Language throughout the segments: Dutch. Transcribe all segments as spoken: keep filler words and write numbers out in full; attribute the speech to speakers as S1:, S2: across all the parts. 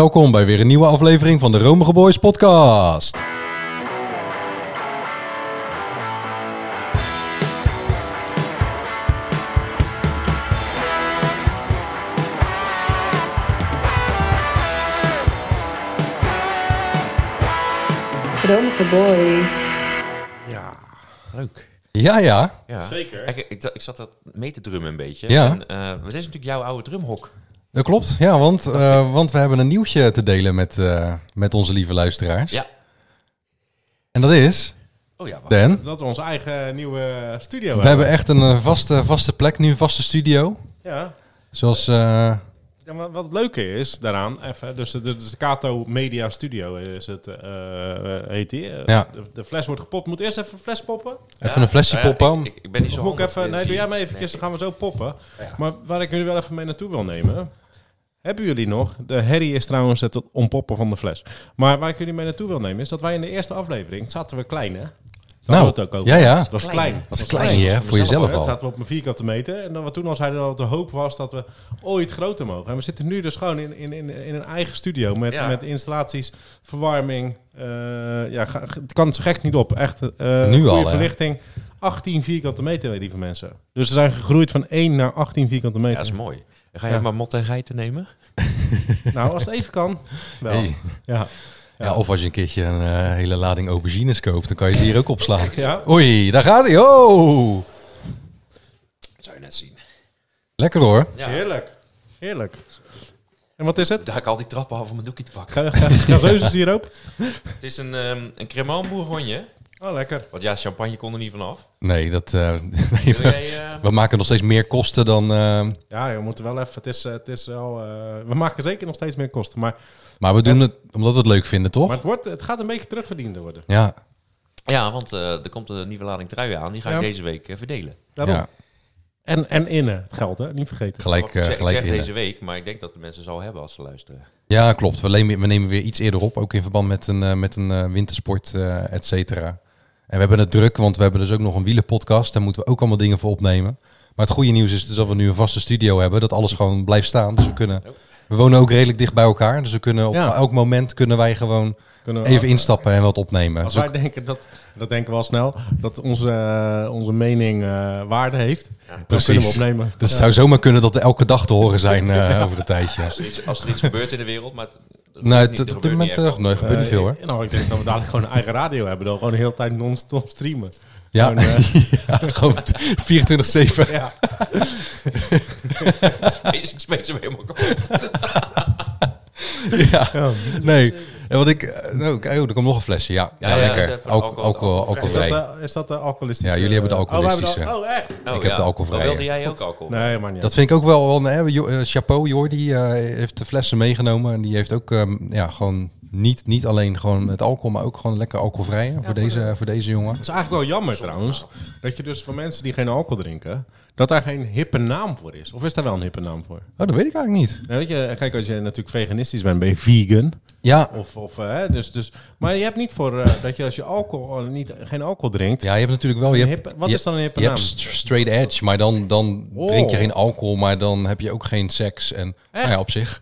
S1: welkom bij weer een nieuwe aflevering van de Romige Boys podcast.
S2: Romige Boys.
S3: Ja, leuk.
S1: Ja, ja.
S3: Ja.
S4: Zeker.
S3: Ik, ik, ik zat dat mee te drummen een beetje.
S1: Ja.
S3: En, uh, het is natuurlijk jouw oude drumhok.
S1: Dat klopt. Ja, want, uh, want we hebben een nieuwtje te delen met, uh, met onze lieve luisteraars.
S3: Ja.
S1: En dat is...
S3: Oh ja, wacht.
S1: Dan.
S4: Dat we onze eigen nieuwe studio
S1: We
S4: hebben.
S1: hebben echt een uh, vaste, vaste plek, nu een vaste studio.
S4: Ja.
S1: Zoals... Uh,
S4: Ja, maar wat het leuke is daaraan, even, dus de, dus de Kato Media Studio is het, uh, heet die. Uh,
S1: Ja.
S4: de, de fles wordt gepopt. Moet eerst even een fles poppen?
S1: even
S3: Ja,
S1: een flesje
S3: nou ja,
S1: poppen.
S3: Ik, ik, ik ben niet zo
S4: Of moet ik
S3: handig
S4: even,
S3: in
S4: nee, doe
S3: die-
S4: jij maar eventjes,
S3: Nee.
S4: dan gaan we zo poppen.
S3: Ja.
S4: Maar waar ik jullie wel even mee naartoe wil nemen... Hebben jullie nog... De herrie is trouwens het ontpoppen van de fles. Maar waar ik jullie mee naartoe wil nemen is dat wij in de eerste aflevering... zaten we klein, hè? Daar
S1: Nou,
S4: hadden we het ook over.
S1: ja, ja.
S4: Dat was klein.
S3: Klein.
S1: Dat is
S4: was
S1: klein, hè, voor jezelf
S4: Het
S1: al.
S4: zaten we op een vierkante meter. En dan we toen al zeiden dat de hoop was dat we ooit groter mogen. En we zitten nu dus gewoon in, in, in, in een eigen studio. Met,
S3: Ja.
S4: met installaties, verwarming. Uh, ja, ga- het kan zo gek niet op. Echt uh,
S1: Nu
S4: goede
S1: al, hè?
S4: verlichting. achttien vierkante meter, lieve mensen. Dus we zijn gegroeid van één naar achttien vierkante
S3: Ja,
S4: meter.
S3: dat is mooi. Ga jij
S4: Ja.
S3: maar mot en geiten nemen?
S4: Nou, als het even kan. Wel.
S1: Hey.
S4: Ja.
S1: Ja, of als je een keertje een uh, hele lading aubergines koopt, dan kan je die hier ook opslaan.
S4: Ja.
S1: Oei, daar gaat hij. Oh!
S3: Dat zou je net zien.
S1: Lekker hoor.
S3: Ja.
S4: Heerlijk. Heerlijk. En wat is het?
S3: Daar ga ik al die trappen af om mijn doekje te pakken.
S4: Ga- ga- Gazeuzensiroop?
S3: Het is een, um, een Cremant Bourgogne.
S4: Oh, lekker.
S3: Want ja, champagne kon er niet vanaf.
S1: Nee, dat, uh, nee,
S3: Wil
S1: we,
S3: jij, uh,
S1: we maken nog steeds meer kosten dan... Uh,
S4: Ja, we moeten wel even. Het is, uh, het is wel. Uh, we maken zeker nog steeds meer kosten. Maar,
S1: maar we doen het omdat we het leuk vinden, toch?
S4: maar het, wordt, het gaat een beetje terugverdiend worden.
S1: Ja,
S3: ja, want uh, er komt een nieuwe lading truien aan. Die ga ik
S4: Ja.
S3: deze week uh, verdelen.
S4: Daarom.
S1: ja,
S4: En, en innen het geld, hè? Niet vergeten.
S1: gelijk,
S3: ik
S1: uh,
S3: zeg,
S1: gelijk
S3: ik zeg
S1: in.
S3: deze week, maar ik denk dat de mensen het al hebben als ze luisteren.
S1: Ja, klopt. We nemen, we nemen weer iets eerder op, ook in verband met een, uh, met een uh, wintersport, uh, et cetera. En we hebben het druk, want we hebben dus ook nog een wielenpodcast. Daar moeten we ook allemaal dingen voor opnemen. Maar het goede nieuws is dus dat we nu een vaste studio hebben, dat alles gewoon blijft staan. Dus we kunnen... We wonen ook redelijk dicht bij elkaar, dus we kunnen op
S4: Ja.
S1: elk moment kunnen wij gewoon
S4: Kunnen we-
S1: even instappen en wat opnemen.
S4: Als
S1: Dus
S4: wij
S1: ook-
S4: denken dat, dat denken we al snel, dat onze, uh, onze mening uh, waarde heeft, dan
S1: precies.
S4: kunnen we opnemen.
S1: Dus het
S4: Ja.
S1: zou zomaar kunnen dat er elke dag te horen zijn uh, over een tijdje.
S3: Als er iets, als er iets gebeurt in de wereld, maar... het- dat
S1: Nee,
S3: gebeurt
S1: t-
S3: niet-
S1: op
S3: er
S1: dit
S3: gebeurt
S1: moment
S3: niet
S1: uh, nee, gebeurt niet
S4: Uh,
S1: veel hoor.
S4: ik- Nou, ik denk dat we dadelijk gewoon een eigen radio hebben, dan gewoon de hele tijd non-stop streamen.
S1: Ja,
S4: Gewoon, uh,
S1: ja gewoon vierentwintig zeven.
S4: ja.
S3: echt. Basic Space hem helemaal kapot.
S1: Ja,
S4: Ja.
S1: nee. En wat ik... uh, nou, kijk, oh, er komt nog een flesje. Ja, ja,
S3: Ja, ja,
S1: lekker.
S3: het, uh,
S1: Alco-
S3: alcohol-
S1: alcohol-
S3: alcohol-
S4: Is
S1: alcoholvrij.
S4: dat, de, is dat de alcoholistische?
S1: Ja, jullie hebben de
S4: uh,
S1: alcoholistische.
S4: Oh, wij hebben de- oh, echt?
S3: Oh,
S1: Ik heb de alcoholvrije.
S3: Dan wilde jij ook alcohol.
S4: Nee, maar niet.
S1: Dat vind ik ook wel, wel hè, Jo- uh, chapeau, Jordi uh, heeft de flessen meegenomen. En die heeft ook um, ja, gewoon niet, niet alleen gewoon met alcohol, maar ook gewoon lekker alcoholvrij voor,
S4: voor
S1: deze,
S4: de-
S1: voor deze jongen.
S4: Het is eigenlijk wel jammer trouwens, dat je dus voor mensen die geen alcohol drinken, dat daar geen hippe naam voor is. Of is daar wel een hippe naam voor?
S1: Oh, dat weet ik eigenlijk niet.
S4: Nou, weet je, kijk, als je natuurlijk veganistisch bent, ben je vegan.
S1: Ja,
S4: Of, of, uh, dus, dus, maar je hebt niet voor uh, dat je als je alcohol, uh, niet, geen alcohol drinkt.
S1: ja, je hebt natuurlijk wel... Je
S4: een
S1: hebt,
S4: hippe- wat
S1: je,
S4: is dan een hippe
S1: je
S4: naam?
S1: hebt st- straight edge, maar dan, dan
S4: Oh.
S1: drink je geen alcohol, maar dan heb je ook geen seks. En nou ja, op zich.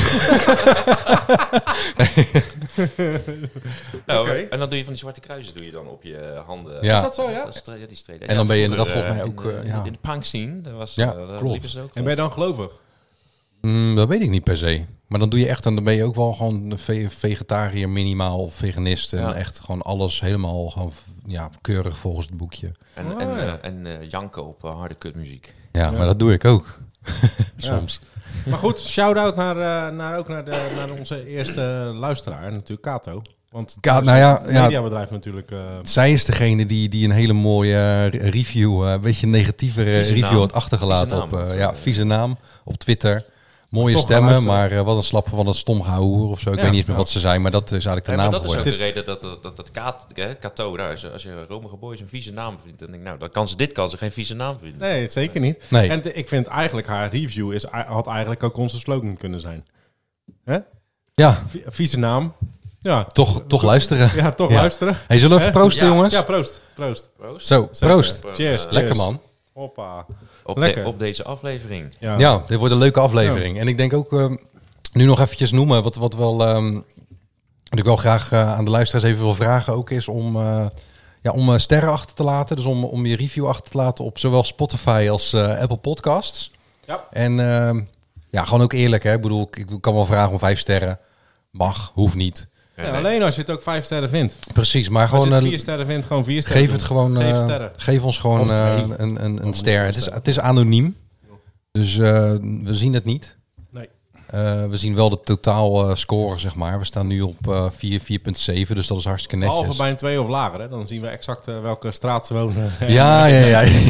S3: Nou,
S4: Oké.
S3: En dan doe je van die zwarte kruisen doe je dan op je handen.
S1: Ja.
S4: Is dat zo, ja?
S3: Dat is tra- ja, die streden.
S1: En dan ben je
S3: vroeger,
S1: inderdaad volgens mij
S3: eh,
S1: ook,
S3: in,
S1: uh,
S3: uh,
S1: ja.
S3: in de punk scene. Dat was,
S1: Ja,
S3: uh, daar
S1: klopt.
S3: liepen ze ook
S4: En ben je dan gelovig?
S1: Mm, dat weet ik niet per se. Maar dan doe je echt, dan ben je ook wel gewoon een ve- vegetariër minimaal of veganist. En
S3: Ja.
S1: echt gewoon alles helemaal gewoon, ja, keurig volgens het boekje.
S3: En,
S4: Oh,
S3: en,
S4: ja.
S3: uh, en uh, janken op uh, harde kutmuziek.
S1: Ja,
S4: Ja.
S1: maar dat doe ik ook. Soms.
S4: Maar goed, shout-out naar, uh, naar, ook naar, de, naar onze eerste luisteraar, natuurlijk Kato. Want
S1: Ka-
S4: dat is
S1: nou ja,
S4: een
S1: ja.
S4: mediabedrijf natuurlijk. Uh,
S1: Zij is degene die, die een hele mooie eh, review, eh, een beetje een negatievere
S3: Vieze
S1: review
S3: naam.
S1: had achtergelaten.
S3: Vieze
S1: op
S3: naam,
S1: eh,
S3: dat,
S1: ja,
S3: eh,
S1: vieze naam op Twitter. Mooie
S4: toch
S1: stemmen,
S4: geluisterd.
S1: maar eh, wat een slap, wat een stom gehouden of zo. Ik
S4: Ja,
S1: weet niet eens meer
S4: ja.
S1: wat ze zei, maar dat is eigenlijk de
S3: Ja, maar
S1: naam
S3: dat is ook
S1: geworden.
S3: de reden dat dat, dat, dat Kat- hè, Kato, nou, als, je- als je Romige Boys een vieze naam vindt, dan denk ik, nou, dan kan ze dit kan ze geen vieze naam vinden.
S4: nee, zeker niet.
S1: Nee.
S4: En te- ik vind eigenlijk haar review is, had eigenlijk ook onze slogan kunnen zijn. Hè?
S1: Ja,
S4: V- vieze naam. Ja,
S1: toch, toch luisteren.
S4: ja toch
S1: Ja.
S4: luisteren.
S1: Hey, zullen we even
S4: Hè?
S1: proosten,
S3: Ja,
S1: jongens?
S4: Ja, proost. Proost.
S3: Proost.
S1: Zo,
S4: Zeker.
S1: proost.
S3: Op,
S4: Cheers,
S3: eh,
S1: Lekker,
S4: cheers.
S1: man.
S4: Hoppa.
S3: Op,
S4: Lekker.
S3: de- op deze aflevering.
S4: Ja.
S1: Ja, dit wordt een leuke aflevering. En ik denk ook, uh, Nu nog eventjes noemen, wat, wat, wel, um, wat ik wel graag uh, aan de luisteraars even wil vragen ook is om, uh, ja, om uh, sterren achter te laten. Dus om, om je review achter te laten op zowel Spotify als uh, Apple Podcasts.
S4: Ja.
S1: En uh, ja, gewoon ook eerlijk. Hè? Ik bedoel, ik kan wel vragen om vijf sterren. Mag, hoeft niet.
S4: Ja, nee. Alleen als je het ook vijf sterren vindt.
S1: Precies, maar
S4: als
S1: gewoon...
S4: je het
S1: uh,
S4: vier sterren vindt, gewoon vier sterren.
S1: Geef het gewoon...
S4: Geef,
S1: uh,
S4: sterren.
S1: geef ons gewoon uh, een, een, een ster. Het is, het is anoniem. Dus uh, we zien het niet.
S4: Nee.
S1: Uh, we zien wel de totaal uh, score, zeg maar. We staan nu op uh, vier, vier komma zeven, dus dat is hartstikke netjes.
S4: Behalve bij een twee of lager, hè? Dan zien we exact uh, welke straat ze wonen.
S1: Ja, ja, ja.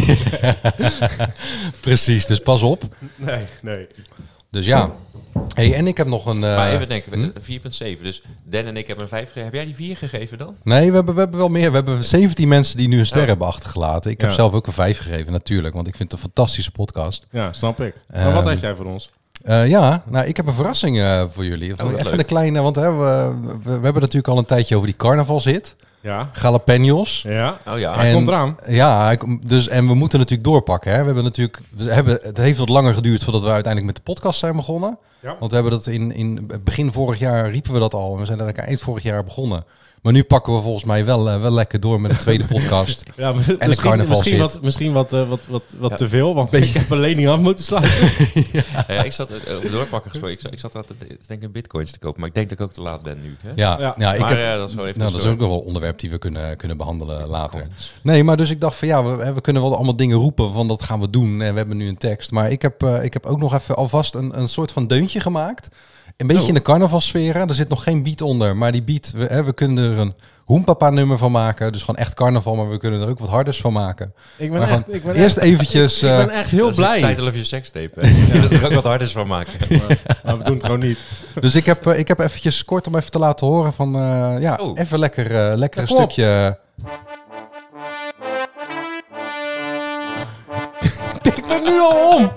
S1: Precies, dus pas op.
S4: Nee, nee.
S1: Dus ja. Hey, en ik heb nog een... Uh,
S3: maar even denken,
S1: hm?
S3: vier komma zeven. Dus Dan en ik hebben een vijf gegeven. Heb jij die vier gegeven dan?
S1: Nee, we hebben, we hebben wel meer. We hebben zeventien mensen die nu een ster
S3: ja.
S1: hebben achtergelaten. Ik heb
S4: ja.
S1: zelf ook een vijf gegeven, natuurlijk. Want ik vind het een fantastische podcast.
S4: Ja, snap ik.
S1: Um,
S4: maar wat heb jij voor ons?
S1: Uh, ja, nou, ik heb een verrassing uh, voor jullie.
S3: Oh,
S1: Even
S3: leuk.
S1: een kleine, want hè, we, we, we hebben natuurlijk al een tijdje over die carnavalshit.
S4: Ja.
S1: Jalapenos.
S4: Ja.
S3: Oh ja.
S4: Hij
S1: En-
S4: komt eraan.
S1: Ja, hij kom- dus, en we moeten natuurlijk doorpakken. Hè. We hebben natuurlijk, we hebben, het heeft wat langer geduurd voordat we uiteindelijk met de podcast zijn begonnen.
S4: Ja.
S1: Want we hebben dat in, in begin vorig jaar riepen we dat al. En we zijn eigenlijk eind vorig jaar begonnen. Maar nu pakken we volgens mij wel, uh, wel lekker door met de tweede podcast.
S4: Ja, maar
S1: de
S4: misschien,
S1: carnaval
S4: misschien,
S1: zit.
S4: wat, misschien wat, uh, wat, wat, wat
S3: Ja.
S4: te veel, want
S1: Beetje-
S4: ik heb een lening af moeten sluiten.
S3: Ja, ik zat uh, over doorpakken gesproken. Ik zat, ik zat er te denken bitcoins te kopen, maar ik denk dat ik ook te laat ben nu. Hè?
S1: Ja, ja.
S4: Ja.
S1: ik
S3: maar
S1: heb,
S3: ja, dat is wel even
S1: nou, dat is ook nog wel een onderwerp die we kunnen, kunnen behandelen later. Nee, maar dus ik dacht van ja, we, we kunnen wel allemaal dingen roepen van dat gaan we doen. En we hebben nu een tekst. Maar ik heb, uh, ik heb ook nog even alvast een, een soort van deuntje gemaakt. Een beetje
S4: Oh.
S1: in de carnavalsfeer. Er zit nog geen beat onder. Maar die beat, we, hè, we kunnen er een Hoempapa nummer van maken. Dus gewoon echt carnaval. Maar we kunnen er ook wat harders van maken.
S4: Ik ben
S1: Maar
S4: echt,
S1: gewoon
S4: ik ben
S1: eerst
S4: echt,
S1: eventjes...
S4: ik
S1: uh,
S4: ben echt heel
S3: Dat is
S4: blij.
S3: de title of je sekstape. hè. Je wilt er ook wat harders van maken.
S4: Maar, maar we doen het gewoon niet.
S1: dus ik heb, uh, ik heb eventjes kort om even te laten horen van... Uh, ja,
S3: Oh.
S1: even lekker, uh, lekker
S4: Ja,
S1: een
S4: klopt.
S1: stukje...
S4: Ik ben nu al om.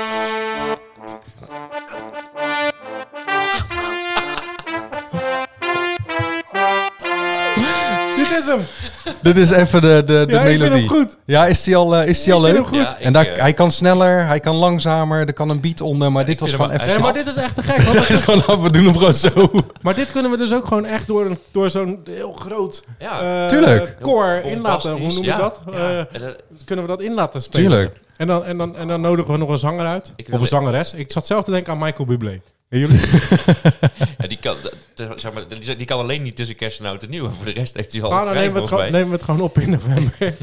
S4: Dit is hem.
S1: Dit is even de, de, de
S4: Ja, ik vind
S1: melodie.
S4: hem goed.
S1: Ja, is die al, uh, is die al
S4: Ik vind
S1: leuk?
S4: hem goed.
S3: Ja, ik,
S1: En daar,
S3: eh,
S1: hij kan sneller, hij kan langzamer, er kan een beat onder, maar dit
S3: ik
S1: was
S3: vind
S1: gewoon
S3: hem-
S1: even...
S4: Nee, maar dit is echt te gek. Want
S1: Het is gewoon af, we doen hem gewoon zo.
S4: maar dit kunnen we dus ook gewoon echt door, een- door zo'n heel groot
S3: Ja.
S4: eh,
S1: Tuurlijk.
S4: koor
S3: Heel
S4: in laten. Hoe
S3: bombastisch.
S4: noem je
S3: Ja.
S4: dat?
S3: Ja.
S4: Eh,
S3: En dat-
S4: kunnen we dat in laten spelen?
S1: Tuurlijk.
S4: En dan, en, dan, en dan nodigen we nog een zanger uit.
S3: Ik
S4: Of
S3: wil-
S4: een zangeres. Ik zat zelf te denken aan Michael Bublé. En jullie?
S3: Ja, die, kan, te- zeg maar, die, die kan alleen niet tussen kerst en oud en nieuw. En voor de rest heeft hij al
S4: Maar dan
S3: vrij,
S4: nemen we, het
S3: volgens
S4: gewoon,
S3: mij.
S4: nemen we het gewoon op in november.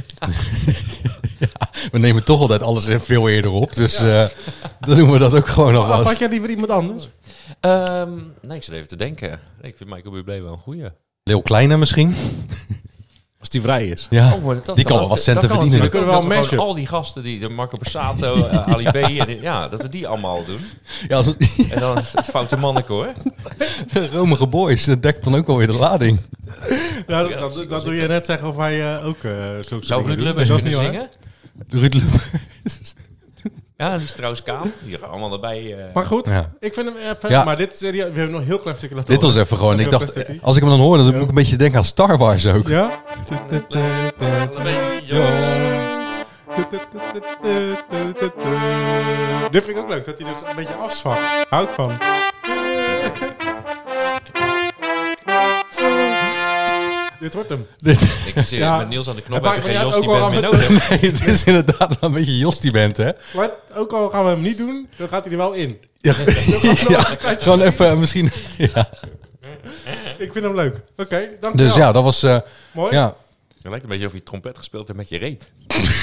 S1: We nemen toch altijd alles veel eerder op, dus eh, dan doen we dat ook gewoon
S4: Of had
S1: alvast.
S4: jij liever iemand anders?
S3: Ehm, nee, ik zit even te denken. Nee, ik vind Michael Bublé wel een goeie.
S1: Leeuw Kleine misschien?
S4: Als die vrij is.
S1: Ja,
S3: Oh, maar dat,
S1: die kan wel wat centen
S4: kan
S1: verdienen.
S4: het. kunnen we wel
S3: dat we
S4: mashen.
S3: gewoon al die gasten, die, de Marco Borsato, uh, Ali B, en, ja, dat we die allemaal doen.
S1: Ja, als
S3: En dan is het foute manneke hoor.
S1: romige boys, dat dekt dan ook alweer de lading.
S4: Ja, dat,
S3: Ja,
S4: dat,
S3: dat
S4: dat
S3: is
S4: doe je net zeggen of wij uh, ook uh, zulke
S3: Zou
S4: dingen
S3: Ruud
S4: doen.
S3: Lubbers
S4: Dat is
S3: kunnen
S4: niet waar.
S3: zingen?
S1: Ruud Lubbers.
S3: Ja, die Strauss Kaan. Die gaan allemaal erbij. Uh,
S4: Maar goed,
S1: Ja.
S4: ik vind hem even...
S1: Ja.
S4: Maar dit, serieus, we hebben nog een heel klein stukje laten
S1: Dit was
S4: horen.
S1: even gewoon, ik
S4: Heel
S1: dacht,
S4: klein stukje.
S1: als ik hem dan hoor, dan moet ik een beetje denken aan Star Wars ook.
S4: Ja? Dit vind ik ook leuk, dat hij dus een beetje afzwakt. Hou ik van. Dit wordt hem.
S1: Dit,
S3: ik zie
S4: Ja.
S3: met Niels aan de knop
S4: Het
S3: heb je
S4: maakt
S3: geen
S4: me
S3: Jos
S4: niet
S3: die
S4: uit, ook
S3: bent
S4: al
S3: meer
S4: gaan we-
S3: nodig.
S1: nee, het is inderdaad wel een beetje Jos die bent, hè?
S4: Maar ook al gaan we hem niet doen, dan gaat hij er wel in.
S1: Ja, ja, gewoon even misschien... Ja.
S4: Ik vind hem leuk. Oké, okay, dankjewel.
S1: Dus ja, dat was... eh,
S4: Mooi.
S1: ja,
S3: Het lijkt een beetje of je trompet gespeeld hebt met je reet.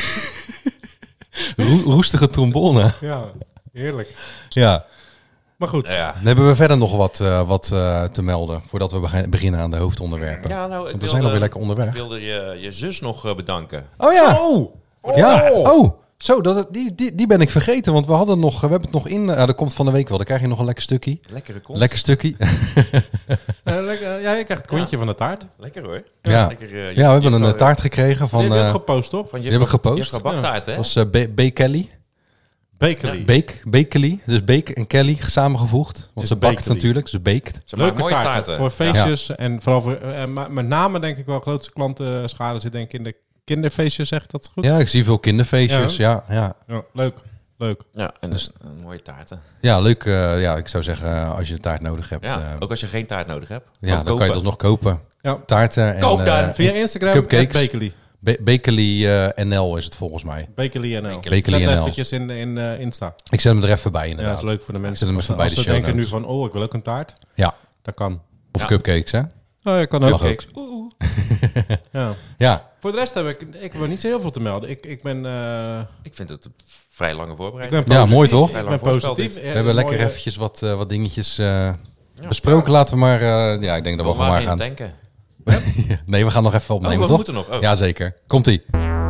S1: roe- roestige trombone.
S4: Ja, heerlijk.
S1: Ja.
S4: Maar goed.
S3: Ja,
S1: Dan hebben we verder nog wat, uh, wat uh, te melden voordat we beg- beginnen aan de hoofdonderwerpen.
S3: ja nou, ik
S1: Want we zijn alweer lekker onderweg.
S3: Ik wilde je, je zus nog uh, bedanken.
S1: Oh ja!
S4: Zo! Oh!
S1: Ja, oh! Zo, dat, die, die, die ben ik vergeten, want we hadden nog, we hebben het nog in. Uh, dat komt van de week wel. Dan krijg je nog een lekker stukje.
S3: Lekkere kont.
S1: Lekker stukje.
S4: Uh, lekker, ja, je krijgt het kontje
S3: Ja.
S4: van de taart.
S3: Lekker hoor.
S1: Ja.
S3: Lekker, uh,
S1: Ja, we hebben een uh,
S3: juffrouw-
S1: taart gekregen van.
S4: Die heb je
S1: Uh,
S4: ook gepost, toch?
S3: Van
S1: Die heb ik gepost.
S3: Juffrouw Baktaart, hè?
S1: dat was uh, B. B. Kelly.
S4: Bakery.
S1: Bake, Bakely. Dus Bake en Kelly samengevoegd. Want
S4: Is
S1: ze bakt
S4: Bakely.
S1: natuurlijk, ze baked.
S3: Ze maken
S4: Leuke
S3: mooie
S4: taarten.
S3: taarten.
S4: Voor feestjes en vooral voor, uh, ma- met name denk ik wel grootste klantenschade zit denk ik in de kinderfeestjes, zeg ik dat goed?
S1: Ja, ik zie veel kinderfeestjes. Ja, ja.
S4: Ja, leuk. Leuk.
S3: Ja, en
S1: Dus-
S3: dus, een mooie taarten.
S1: Ja, leuk. eh, ja, ik zou zeggen, uh, als je taart nodig hebt.
S3: Ja,
S1: uh,
S3: ook als je geen taart nodig hebt.
S1: ja, dan kan je het alsnog kopen.
S4: Ja.
S1: Taarten en...
S3: Koop dan.
S1: uh,
S4: Via Instagram,
S1: Cupcakes.
S4: Bakerly.
S1: Be- Bakerly uh, N L is het volgens mij.
S4: Bakerly N L.
S1: Bakerly
S4: Zet
S1: N L.
S4: eventjes in, in uh, Insta.
S1: Ik zet hem er even bij,
S4: Ja,
S1: inderdaad.
S4: dat is leuk voor de mensen.
S1: zet hem
S4: Als,
S1: even bij
S4: als
S1: de
S4: ze
S1: show
S4: denken nu
S1: notes.
S4: van, oh, ik wil ook een taart.
S1: Ja.
S4: Dat kan.
S1: Of
S3: Ja.
S1: cupcakes, hè?
S4: Oh, ja, kan ook.
S1: Mag ook.
S3: Cupcakes. Oeh, oeh.
S4: Ja.
S1: Ja.
S4: Voor de rest heb ik, ik heb er niet zo heel veel te melden. Ik, ik ben... Uh,
S3: Ik vind het een vrij lange
S4: ik
S3: voorbereiding.
S4: ben
S1: Ja,
S4: positief.
S1: mooi toch?
S4: Ik ben
S3: Heel lang
S4: positief.
S3: voorspeld
S1: We hebben lekker
S4: Mooie-
S1: eventjes wat, uh, wat dingetjes uh, besproken. Laten we maar... Uh, ja, ik denk dat we
S3: Kom
S1: gewoon maar
S3: in
S1: gaan...
S3: tanken.
S1: Nee, we gaan nog even
S3: Oh,
S1: opnemen,
S3: we
S1: toch?
S3: moeten nog. Oh.
S1: Jazeker. Komt-ie.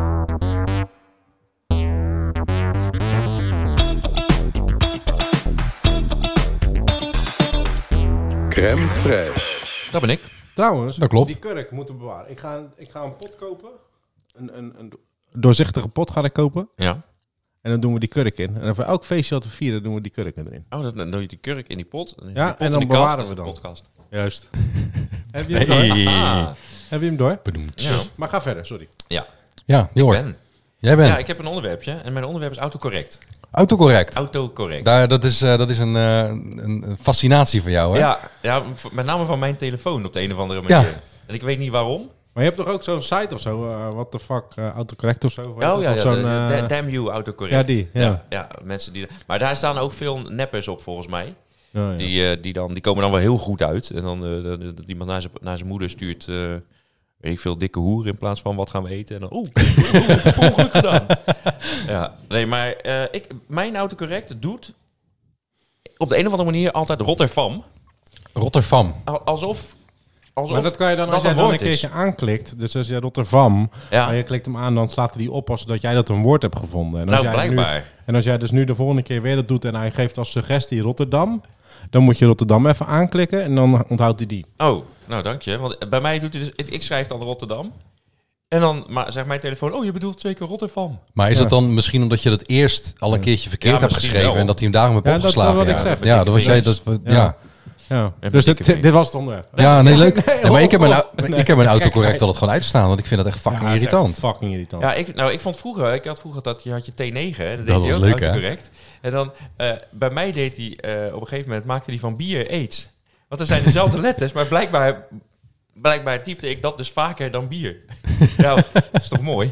S5: Crème fraîche.
S3: Dat ben ik.
S4: Trouwens,
S1: Dat klopt.
S4: die kurk moeten we bewaren. Ik ga, ik ga een pot kopen. Een, een, een doorzichtige pot ga ik kopen.
S3: Ja.
S4: En dan doen we die kurk in. En dan voor elk feestje dat we vieren, doen we die kurk erin.
S3: Oh, dat, dan doe je die kurk in die pot. En,
S4: Ja,
S3: die pot
S4: en
S3: in
S4: dan
S3: die kast,
S4: bewaren
S3: dat is
S4: we
S3: de
S4: dan.
S3: podcast.
S4: Juist. Heb je hem door?
S1: Hey.
S3: Ah,
S4: Heb je hem door?
S1: Bedoemd.
S3: ja.
S4: Maar ga verder, sorry.
S3: Ja,
S1: Ja, Jor.
S3: Ben.
S1: Jij bent
S3: Ja, ik heb een onderwerpje. En mijn onderwerp is autocorrect.
S1: autocorrect.
S3: Autocorrect.
S1: Daar, dat is, uh, dat is een, uh, een, een fascinatie van jou, hè?
S3: Ja, ja, met name van mijn telefoon op de een of andere manier.
S1: Ja.
S3: En ik weet niet waarom.
S4: Maar je hebt toch ook zo'n site of zo? Uh, what the fuck? Uh, autocorrect of zo?
S3: Oh ja,
S4: Of
S3: ja
S4: zo'n,
S3: de, de-
S4: uh,
S3: Damn You autocorrect.
S4: ja, die, ja.
S3: ja. ja, mensen die... Maar daar staan ook veel neppers op, volgens mij.
S4: ja, ja.
S3: Die, uh, die, dan, die komen dan wel heel goed uit. En dan uh, dat- dat iemand naar zijn, naar zijn moeder stuurt... Uh, weet ik veel, dikke hoer in plaats van wat gaan we eten. En dan, oeh, ongeluk gedaan. Ja, nee, maar uh, ik, mijn autocorrect doet op de een of andere manier altijd Rotterdam.
S1: Rotterdam.
S3: Al- Alsof... alsof
S4: Maar dat kan je dan,
S3: dat
S4: als jij
S3: een
S4: dan een
S3: woord is.
S4: keertje aanklikt. Dus als je Rotterdam,
S3: Ja.
S4: en je klikt hem aan, dan slaat hij die op als dat jij dat een woord hebt gevonden. En als
S3: Nou,
S4: jij nu,
S3: blijkbaar.
S4: en als jij dus nu de volgende keer weer dat doet en hij geeft als suggestie Rotterdam, dan moet je Rotterdam even aanklikken en dan onthoudt hij die.
S3: Oh, nou dank je. Want bij mij doet hij dus... Ik, ik schrijf dan Rotterdam. En dan maar zegt mijn telefoon... Oh, je bedoelt zeker Rotterdam.
S1: Maar is
S4: Ja.
S1: het dan misschien omdat je dat eerst al een keertje verkeerd
S3: Ja,
S1: hebt
S3: misschien
S1: geschreven
S3: wel.
S1: en dat hij hem daarom heeft
S4: Ja, dat is
S1: opgeslagen?
S4: wat ik
S1: ja.
S4: zeg.
S1: Ja, dat was jij.
S3: Dikke
S1: Dat,
S4: Ja.
S1: ja.
S4: Ja.
S3: Met
S4: Dus
S3: een
S4: dit,
S3: dikke
S4: dit was het onderwerp.
S1: Ja, nee, leuk.
S4: Nee,
S1: Ja, maar ik heb mijn,
S4: opgelost.
S1: au-
S4: Nee,
S1: ik heb mijn
S4: gekheid.
S1: autocorrect altijd gewoon uitstaan, want ik vind dat echt fucking
S4: Ja, dat is echt
S1: irritant.
S4: Fucking irritant.
S3: Ja, ik, nou, ik vond vroeger... Ik had vroeger dat je had je T negen. Hè, dat,
S1: Dat
S3: deed hij
S1: was
S3: ook,
S1: leuk, hè?
S3: autocorrect. En dan... Uh, bij mij deed hij... Uh, op een gegeven moment maakte hij van bier aids. Want er zijn dezelfde letters, maar blijkbaar... Blijkbaar typte ik dat dus vaker dan bier. Ja, dat is toch mooi?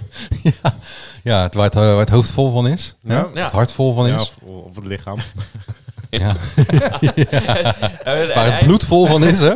S1: Ja, het, waar, het, waar het hoofd vol van is.
S4: Ja.
S1: Ja.
S3: Ja.
S1: Het hart vol van
S4: Ja,
S1: is.
S4: of, of het lichaam.
S1: Ja.
S3: Uh,
S1: Waar het bloed vol van is, hè?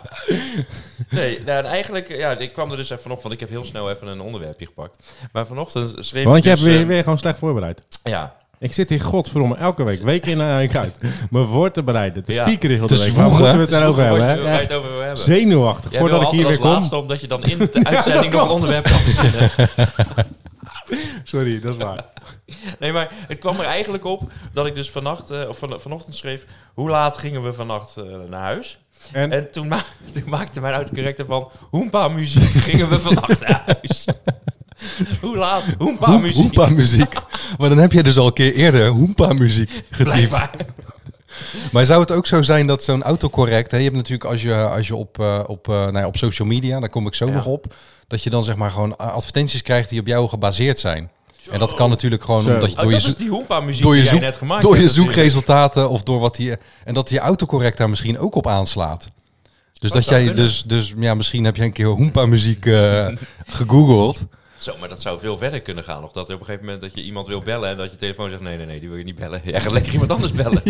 S3: Nee, nou, en eigenlijk, ja, ik kwam er dus even op, want ik heb heel snel even een onderwerpje gepakt. Maar vanochtend schreef
S4: Want
S3: ik
S4: je hebt
S3: dus,
S4: weer,
S3: eh,
S4: weer gewoon slecht voorbereid.
S3: ja,
S4: Ik zit hier godverdomme elke week, week in en week uit, me voor te bereiden, te
S3: Ja.
S4: piekeren heel
S1: Te
S4: de week. Waar
S1: zwoegen.
S4: moeten we het daarover
S3: Waar
S4: hebben?
S3: je-
S4: Hè?
S3: waar je
S4: Echt
S3: het over wil hebben.
S4: zenuwachtig,
S3: Jij
S4: voordat
S3: wil
S4: ik hier
S3: altijd
S4: weer
S3: als
S4: kom.
S3: laatste, omdat je dan in de uitzending nog een onderwerp kan verzinnen.
S4: Sorry, dat is waar.
S3: Nee, maar het kwam er eigenlijk op dat ik dus vannacht, uh, of van, vanochtend schreef... Hoe laat gingen we vannacht uh, naar huis?
S4: En,
S3: En toen, ma toen maakte mijn autocorrector van... Hoempa muziek gingen we vannacht naar huis. Hoe laat? Hoempa
S1: Hoem-
S3: muziek.
S1: Hoempa muziek. Maar dan heb je dus al een keer eerder Hoempa muziek getypt.
S3: Blijkbaar.
S1: Maar zou het ook zo zijn dat zo'n autocorrect... Hè, je hebt natuurlijk als je, als je op, uh, op, uh, nou ja, op social media, daar kom ik zo
S3: Ja.
S1: nog op... dat je dan zeg maar gewoon advertenties krijgt die op jou gebaseerd zijn. En dat kan natuurlijk gewoon
S4: Zo.
S1: omdat je
S3: Oh,
S1: door je,
S3: dat
S1: zo-
S3: is die Hoempa muziek
S1: door je,
S3: die jij
S1: zoek,
S3: net gemaakt
S1: door je
S3: hebt natuurlijk.
S1: zoekresultaten of door wat die... En dat je autocorrect daar misschien ook op aanslaat. Dus dat,
S3: zou
S1: jij
S3: kunnen.
S1: dus, dus ja, misschien heb je een keer Hoempa muziek uh, gegoogeld.
S3: Zo, maar dat zou veel verder kunnen gaan. Of dat er op een gegeven moment dat je iemand wil bellen... en dat je telefoon zegt, nee, nee, nee, die wil je niet bellen. Jij gaat lekker iemand anders bellen.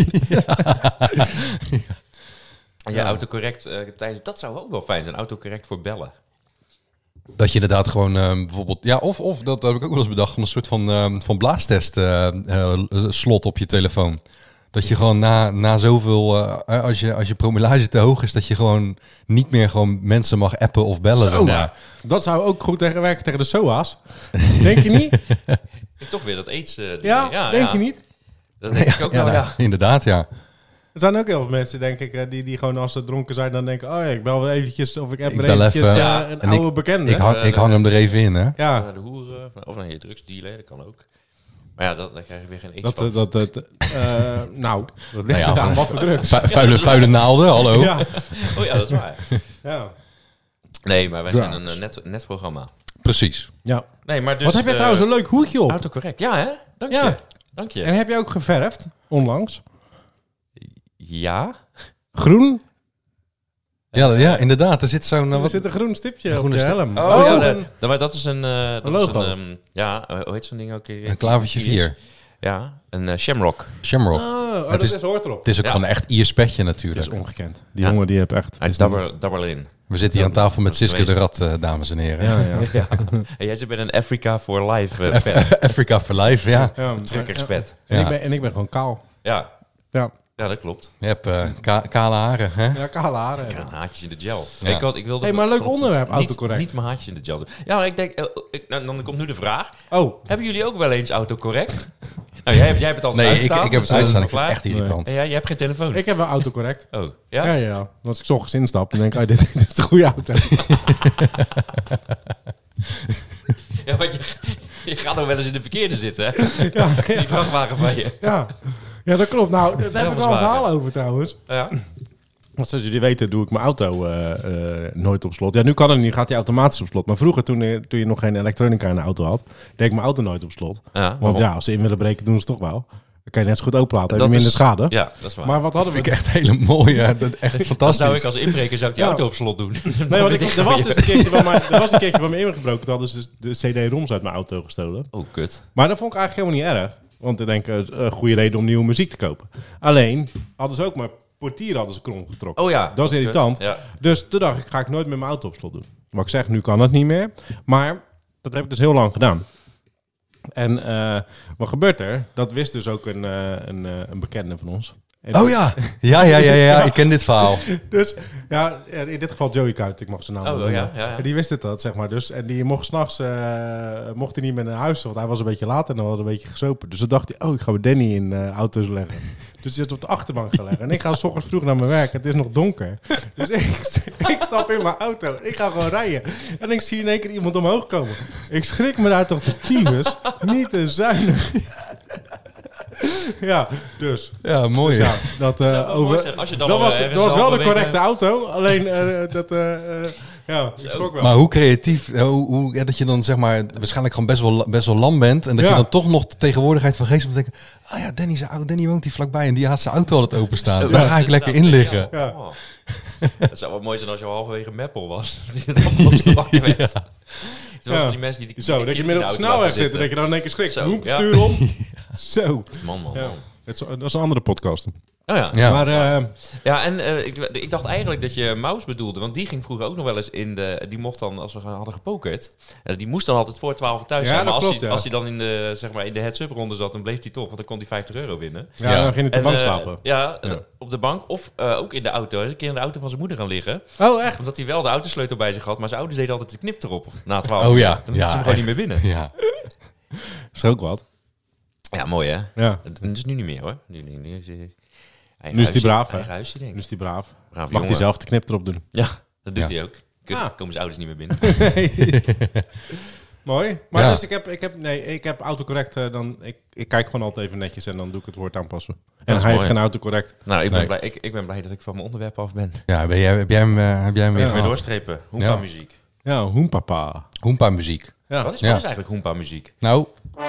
S3: En je autocorrect uh, tijdens... Dat zou ook wel fijn zijn, autocorrect voor bellen.
S1: Dat je inderdaad gewoon uh, bijvoorbeeld... Ja, of, of dat heb ik ook wel eens bedacht... een soort van, uh, van blaastest uh, uh, slot op je telefoon. Dat je gewoon na, na zoveel... Uh, als, je, als je promillage te hoog is... dat je gewoon niet meer gewoon mensen mag appen of bellen.
S4: Zo,
S1: Zo maar.
S3: ja.
S4: dat zou ook goed tegen werken tegen de S O A's. Denk je niet?
S3: Toch weer dat aids... Uh,
S4: Ja,
S3: ja,
S4: denk
S3: ja.
S4: je niet?
S3: Dat denk ik ook
S1: Ja,
S3: wel,
S1: nou,
S3: ja.
S1: inderdaad, ja.
S4: Er zijn ook heel veel mensen, denk ik, eh, die, die gewoon als ze dronken zijn, dan denken, oh ja, ik bel weer eventjes, of ik heb
S1: Ik
S4: weer
S1: bel
S4: eventjes
S1: even,
S4: eh,
S3: ja.
S4: een
S1: En
S4: oude bekende.
S1: Ik hang, ik hang hem er even in, hè.
S4: ja,
S3: Naar de hoeren, of naar je drugsdealer, dat kan ook. Maar ja, dat, dan krijg je weer geen aids
S4: dat,
S3: van.
S4: eh, dat, dat, eh, nou, dat ligt
S1: Nou ja,
S4: eraan
S1: of-
S4: wat voor drugs.
S1: Vu- vuile, vuile naalden, hallo.
S4: Ja,
S3: Oh ja, dat is waar.
S4: ja.
S3: Nee, maar wij zijn
S4: Drugs.
S3: een uh, net, net programma.
S1: Precies.
S4: ja.
S3: Nee, maar dus...
S4: Wat heb jij
S3: eh,
S4: trouwens een leuk hoedje op?
S3: Autocorrect. Ja, hè? Dank
S4: Ja.
S3: je. Dank je.
S4: En heb je ook geverfd, onlangs?
S3: Ja?
S4: Groen?
S1: Ja, ja, inderdaad. Er zit zo'n... uh,
S4: Er
S1: wat-
S4: zit een groen stipje
S1: Een
S4: op
S1: groene
S4: je
S1: stip.
S4: helm.
S3: Oh,
S4: Oh, is
S3: ja,
S4: dat
S3: nee,
S4: een-
S3: dat, maar dat is een... eh, dat
S4: Een
S3: is
S4: logo.
S3: een, ehm, ja, eh, hoe heet zo'n ding ook?
S1: Een klavertje vier.
S3: Ja, een eh, Shamrock.
S1: Shamrock.
S4: Oh, oh,
S1: Het
S4: dat
S1: is-
S4: is, hoort erop.
S1: Het is ook
S3: Ja.
S1: gewoon een echt Iers petje
S4: Het
S1: natuurlijk.
S4: is ongekend. Die
S3: Ja.
S4: jongen die heeft echt...
S3: Hij
S4: is
S3: dabber, dabber in.
S1: We zitten hier aan tafel met
S3: Dat is
S1: Siske de
S3: geweest.
S1: Rat, uh, dames en heren.
S4: Ja, ja.
S3: Ja. En jij zit met een Africa for Life uh, pet.
S1: Africa for Life, ja.
S4: ja.
S3: Trekkerspet.
S4: En,
S1: Ja.
S4: ik ben, en ik ben gewoon kaal.
S3: Ja.
S4: Ja,
S3: ja, dat klopt.
S1: Je hebt uh, ka- kale haren, hè?
S4: ja kale haren.
S3: Ik had haartjes in de gel.
S1: Ja.
S3: Ik, had, ik wilde
S4: Hey, maar leuk
S3: vanochtend
S4: onderwerp,
S3: niet,
S4: autocorrect.
S3: Niet mijn haartjes in de gel doen. Ja, maar ik denk... eh, ik, nou, dan komt nu de vraag.
S4: Oh,
S3: Hebben jullie ook wel eens autocorrect? nou, jij, hebt- jij hebt het altijd
S1: Nee, ik,
S3: uitstaan.
S1: ik heb het
S3: dus, eh,
S1: uitstaan. Ik vind
S3: klaar.
S1: het echt irritant.
S3: En jij, jij hebt geen telefoon?
S4: ik heb wel autocorrect.
S3: Oh, ja?
S4: Ja, ja. ja. Als ik 's ochtends instap, dan denk ik, oh, dit, dit is de goede auto.
S3: Ja, want je, je gaat nog wel eens in de verkeerde zitten, hè?
S4: ja,
S3: Die vrachtwagen van je.
S4: ja. ja, dat klopt. Nou, daar heb ik wel een
S3: Vuilniswagen.
S4: verhaal over trouwens.
S3: Ja.
S4: Want zoals jullie weten doe ik mijn auto eh, eh, nooit op slot. Ja, nu kan het niet, gaat hij automatisch op slot. Maar vroeger, toen, eh, toen je nog geen elektronica in de auto had, deed ik mijn auto nooit op slot.
S3: Ja,
S4: Want
S3: waarom?
S4: ja, als ze in willen breken, doen ze het toch wel. Dan kan je net zo goed open laten, heb je
S3: Dat
S4: minder
S3: is-
S4: schade.
S3: Ja, dat is waar.
S4: Maar wat hadden
S1: Vind
S4: we...
S1: ik echt hele mooie. Dat echt
S3: dan
S1: fantastisch.
S3: zou ik als inbreker zou ik die
S4: Ja.
S3: auto op slot doen.
S4: Nee, want ik, er was dus een keertje van mij, er was een keertje van me ingebroken. Toen hadden ze dus de C D-roms uit mijn auto gestolen.
S3: Oh, kut.
S4: Maar dat vond ik eigenlijk helemaal niet erg. Want ik denk, eh, een goede reden om nieuwe muziek te kopen. Alleen, hadden ze ook maar portier hadden ze krom getrokken.
S3: Oh ja.
S4: Dat is
S3: kut.
S4: irritant.
S3: Ja.
S4: Dus toen dacht ik, ga ik nooit met mijn auto op slot doen. Wat ik zeg, nu kan het niet meer. Maar dat heb ik dus heel lang gedaan. En eh, wat gebeurt er? Dat wist dus ook een, eh, een, eh, een bekende van ons. En
S1: Oh ja. Ja, ja, ja, ja. Ik ken dit verhaal.
S4: Dus ja, in dit geval Joey Kuit, ik mag zijn naam
S3: Oh,
S4: wel
S3: ja,
S4: noemen.
S3: ja, ja.
S4: En die wist het dat, zeg maar. Dus, en die mocht s'nachts uh, mocht hij niet meer naar huis, want hij was een beetje laat en dan was hij een beetje gesopen. Dus dan dacht hij, oh, ik ga met Danny in uh, auto's leggen. Dus hij is op de achterbank gelegd. En ik ga 's ochtends vroeg naar mijn werk, het is nog donker. Dus ik, ik stap in mijn auto, ik ga gewoon rijden. En ik zie in één keer iemand omhoog komen. Ik schrik me daar toch de tyfus, niet te zuinig. Ja, dus.
S1: Ja, mooi.
S4: Dus ja, dat, uh,
S3: zou wel mooi
S4: over,
S3: zijn als je dan
S4: dat
S3: al
S4: was,
S3: ergens
S4: dat was wel de
S3: halverwege-
S4: correcte auto. Alleen uh, dat, uh, uh, ja, ik schrok wel.
S1: Maar hoe creatief, eh, hoe, hoe, ja, dat je dan zeg maar waarschijnlijk gewoon best wel, best wel lam bent. En dat
S4: Ja.
S1: je dan toch nog de tegenwoordigheid van geest om te denken, ah ja, Danny, zijn, Danny woont hier vlakbij en die had zijn auto altijd openstaan.
S3: Zo,
S1: Daar
S3: dat
S1: ga
S3: is
S1: ik lekker in
S3: inderdaad-
S1: liggen.
S4: Ja.
S3: Oh. Het zou wel mooi zijn als je halverwege Meppel was. Dat je dan losgebakken werd. Zoals
S4: Ja.
S3: die mensen die... die
S4: Zo, dat je midden op de snelweg zit en dat je dan in één keer schrikt.
S3: Zo,
S4: Boem,
S3: ja.
S4: stuur om. Zo.
S3: Man, man,
S4: Ja.
S3: man.
S4: Het is, dat is een andere podcast.
S3: Oh ja.
S1: Ja.
S4: Maar uh,
S3: Ja, en uh, ik, ik dacht eigenlijk dat je Maus bedoelde. Want die ging vroeger ook nog wel eens in de... Die mocht dan, als we hadden gepokerd... Uh, die moest dan altijd voor twaalf thuis
S4: Ja,
S3: zijn. Maar
S4: dat
S3: als,
S4: klopt,
S3: hij,
S4: ja.
S3: als hij dan in de, zeg maar, in de heads-up ronde zat... dan bleef hij toch. Want dan kon hij vijftig euro winnen.
S4: ja,
S1: Ja.
S4: dan ging hij op de
S3: En,
S4: bank
S3: uh,
S4: slapen.
S3: Ja,
S4: Ja.
S3: uh, op de bank. Of uh, ook in de auto. Hij is een keer in de auto van zijn moeder gaan liggen.
S4: Oh, echt?
S3: Omdat hij wel de autosleutel bij zich had. Maar zijn ouders deden altijd de knip erop. Na twaalf
S1: Oh
S3: uur.
S1: ja,
S3: Dan moest
S1: ja,
S3: ze hem gewoon
S1: echt.
S3: niet meer binnen.
S1: Ja.
S4: Is er ook wat.
S3: Ja, mooi hè?
S4: Ja.
S3: Dat is nu niet meer hoor. Nu, nu, nu is hij... eigen
S4: Nu is hij
S3: huisje-
S4: braaf, hè?
S3: eigen huisje, denk ik.
S4: Nu is die braaf.
S3: Braaf
S4: Mag hij
S3: jongen.
S4: zelf de knip erop doen.
S3: Ja, dat doet
S1: Ja.
S3: hij ook. Kunnen
S4: Ah.
S3: komen zijn ouders niet meer binnen.
S4: Mooi. Maar
S1: Ja.
S4: dus ik heb, ik heb, nee, ik heb autocorrect. Uh, dan, ik, ik kijk gewoon altijd even netjes en dan doe ik het woord aanpassen. En
S3: is
S4: hij
S3: mooi.
S4: heeft geen autocorrect.
S3: Nou, ik ben,
S1: Nee.
S3: blij, ik, ik ben blij dat ik van mijn onderwerp af ben.
S1: Ja, ben jij, heb jij hem, eh, heb jij hem weer
S4: Ja.
S3: Weer
S1: gehad?
S3: doorstrepen. Hoempa
S1: Ja.
S3: muziek.
S4: Ja, hoempapa.
S1: Hoempa muziek.
S4: Ja.
S3: Wat is,
S1: Ja.
S3: wat is eigenlijk hoempa muziek?
S1: Nou.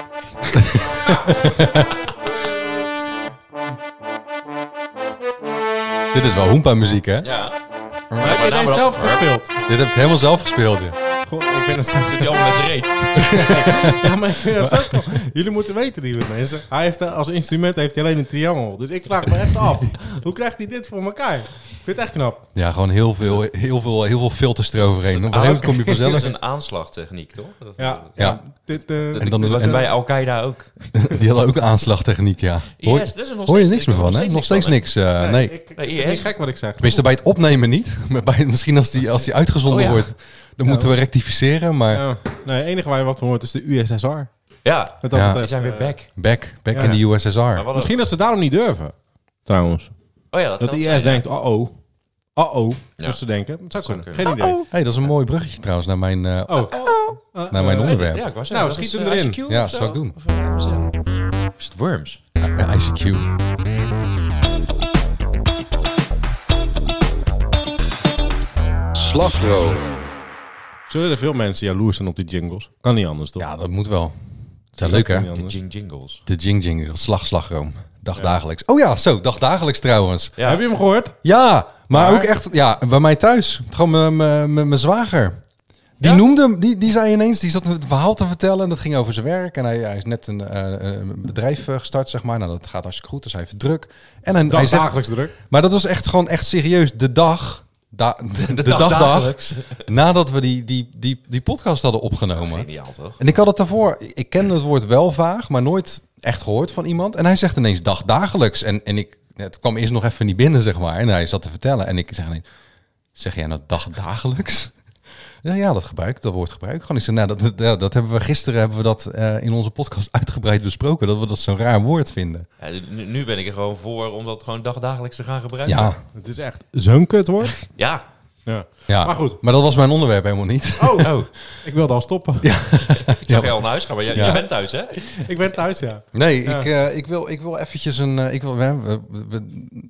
S1: Dit is wel Hoempa muziek, hè?
S3: Ja.
S4: Maar heb je deze zelf gespeeld?
S1: Dit heb ik helemaal zelf gespeeld, ja.
S4: God, ik ben het zo.
S3: Doet hij allemaal met zijn reet.
S4: Ja, maar ik vind dat ook wel. Jullie moeten weten, lieve mensen. Hij heeft uh, als instrument heeft hij alleen een triangel. Dus ik vraag me echt af. Hoe krijgt hij dit voor elkaar? Ik vind het echt knap.
S1: Ja, gewoon heel veel, heel veel, heel veel filters eroverheen. Op een gegeven moment kom je
S3: Dat
S1: vanzelf.
S3: is een aanslagtechniek, toch? Dat,
S4: Ja.
S1: Ja.
S4: ja. Dit, uh,
S3: Dat,
S1: En dan-
S3: dat was
S1: en-
S3: bij Al-Qaeda ook.
S1: Die hadden ook aanslagtechniek, ja. Hoor,
S3: Yes, dat is er nog
S1: hoor je
S3: steeds-
S1: niks meer van, hè? Nog steeds
S3: van,
S1: niks. eh, nee.
S4: Ik, ik,
S3: Nee,
S4: het is
S3: I S.
S4: niet gek wat ik zeg.
S1: Tenminste, bij het opnemen niet. Maar bij, misschien als die, als die uitgezonden
S3: Oh ja.
S1: wordt, dan
S4: Ja.
S1: moeten we rectificeren. Maar
S4: Ja. Nee, het enige waar je wat van hoort is de U S S R.
S3: hè? Ja,
S4: Met dat
S1: Ja.
S3: die
S4: betreft,
S3: zijn weer
S4: eh,
S3: back.
S1: back, back
S4: Ja,
S1: in
S4: ja.
S1: de U S S R.
S3: Maar wat
S4: Misschien dat ze daarom niet durven. Trouwens.
S3: Oh ja, dat,
S4: Dat
S3: kan
S4: de
S3: zijn,
S4: I S
S3: ja.
S4: denkt, uh-oh. Uh-oh.
S3: Ja.
S4: Dus ze denken, het zou
S3: Zou
S4: kunnen.
S3: kunnen.
S4: Geen idee.
S1: hey, dat is een mooi bruggetje trouwens naar mijn, eh,
S4: Oh.
S1: naar mijn
S4: Eh,
S1: onderwerp.
S3: Ja, ik wou zeggen,
S4: Nou,
S3: dat
S4: schiet
S3: is,
S4: hem
S3: eh,
S4: erin.
S3: I C Q
S1: Ja,
S3: of zo?
S1: zou ik doen.
S3: Of, eh, is het- of is het Worms?
S1: Eh, I C Q.
S5: Slagroom.
S4: Zullen er veel mensen jaloers zijn op die jingles? Kan niet anders, toch?
S1: Ja, dat moet wel. Dat is leuk, hè?
S4: niet
S3: De
S4: anders.
S3: jing jingles.
S1: De Jing Jing, slag slagroom. Dagdagelijks. Oh ja, zo, dagdagelijks trouwens.
S3: Ja.
S4: Heb je hem gehoord?
S1: Ja, maar,
S4: Maar-
S1: ook echt, ja, bij mij thuis. Gewoon mijn- mijn mijn- mijn zwager. Die
S4: Ja?
S1: noemde hem, die, die zei ineens, die zat het verhaal te vertellen. En dat ging over zijn werk. En hij, hij is net een, eh, een bedrijf eh, gestart, zeg maar. Nou, dat gaat hartstikke goed, dus hij heeft het druk. En hij, hij
S4: Dag,
S1: zegt,
S4: dagelijks druk.
S1: maar dat was echt gewoon echt serieus de dag, da, de, de,
S3: dag
S1: dag, dag,
S3: dagelijks.
S1: nadat we die, die, die, die podcast hadden opgenomen.
S3: Geniaal, toch?
S1: En ik had het daarvoor, ik kende het woord wel vaag, maar nooit echt gehoord van iemand. En hij zegt ineens dag dagelijks. En, en ik, het kwam eerst nog even niet binnen, zeg maar. En hij zat te vertellen. En ik zeg ineens, zeg jij nou dag dagelijks? Ja, ja, dat gebruik, dat woord gebruik. Gewoon, ik zei, nou, dat, dat, ja, dat hebben we gisteren hebben we dat uh, in onze podcast uitgebreid besproken. Dat we dat zo'n raar woord vinden.
S3: Ja, nu, nu ben ik er gewoon voor om dat gewoon dagdagelijks te gaan gebruiken.
S1: Ja,
S4: Het is echt zo'n kutwoord.
S3: Ja.
S4: Ja.
S1: ja.
S4: Maar goed.
S1: Maar dat was mijn onderwerp helemaal niet.
S4: Oh,
S3: Oh,
S4: ik wilde al stoppen.
S3: ik zag
S1: Ja.
S3: je al naar huis gaan, maar jij,
S1: Ja.
S3: jij bent thuis, hè?
S4: Ik ben thuis, ja.
S1: Nee,
S4: Ja.
S1: ik, uh, ik, wil, ik wil eventjes een... Uh, ik wil, we, we, we,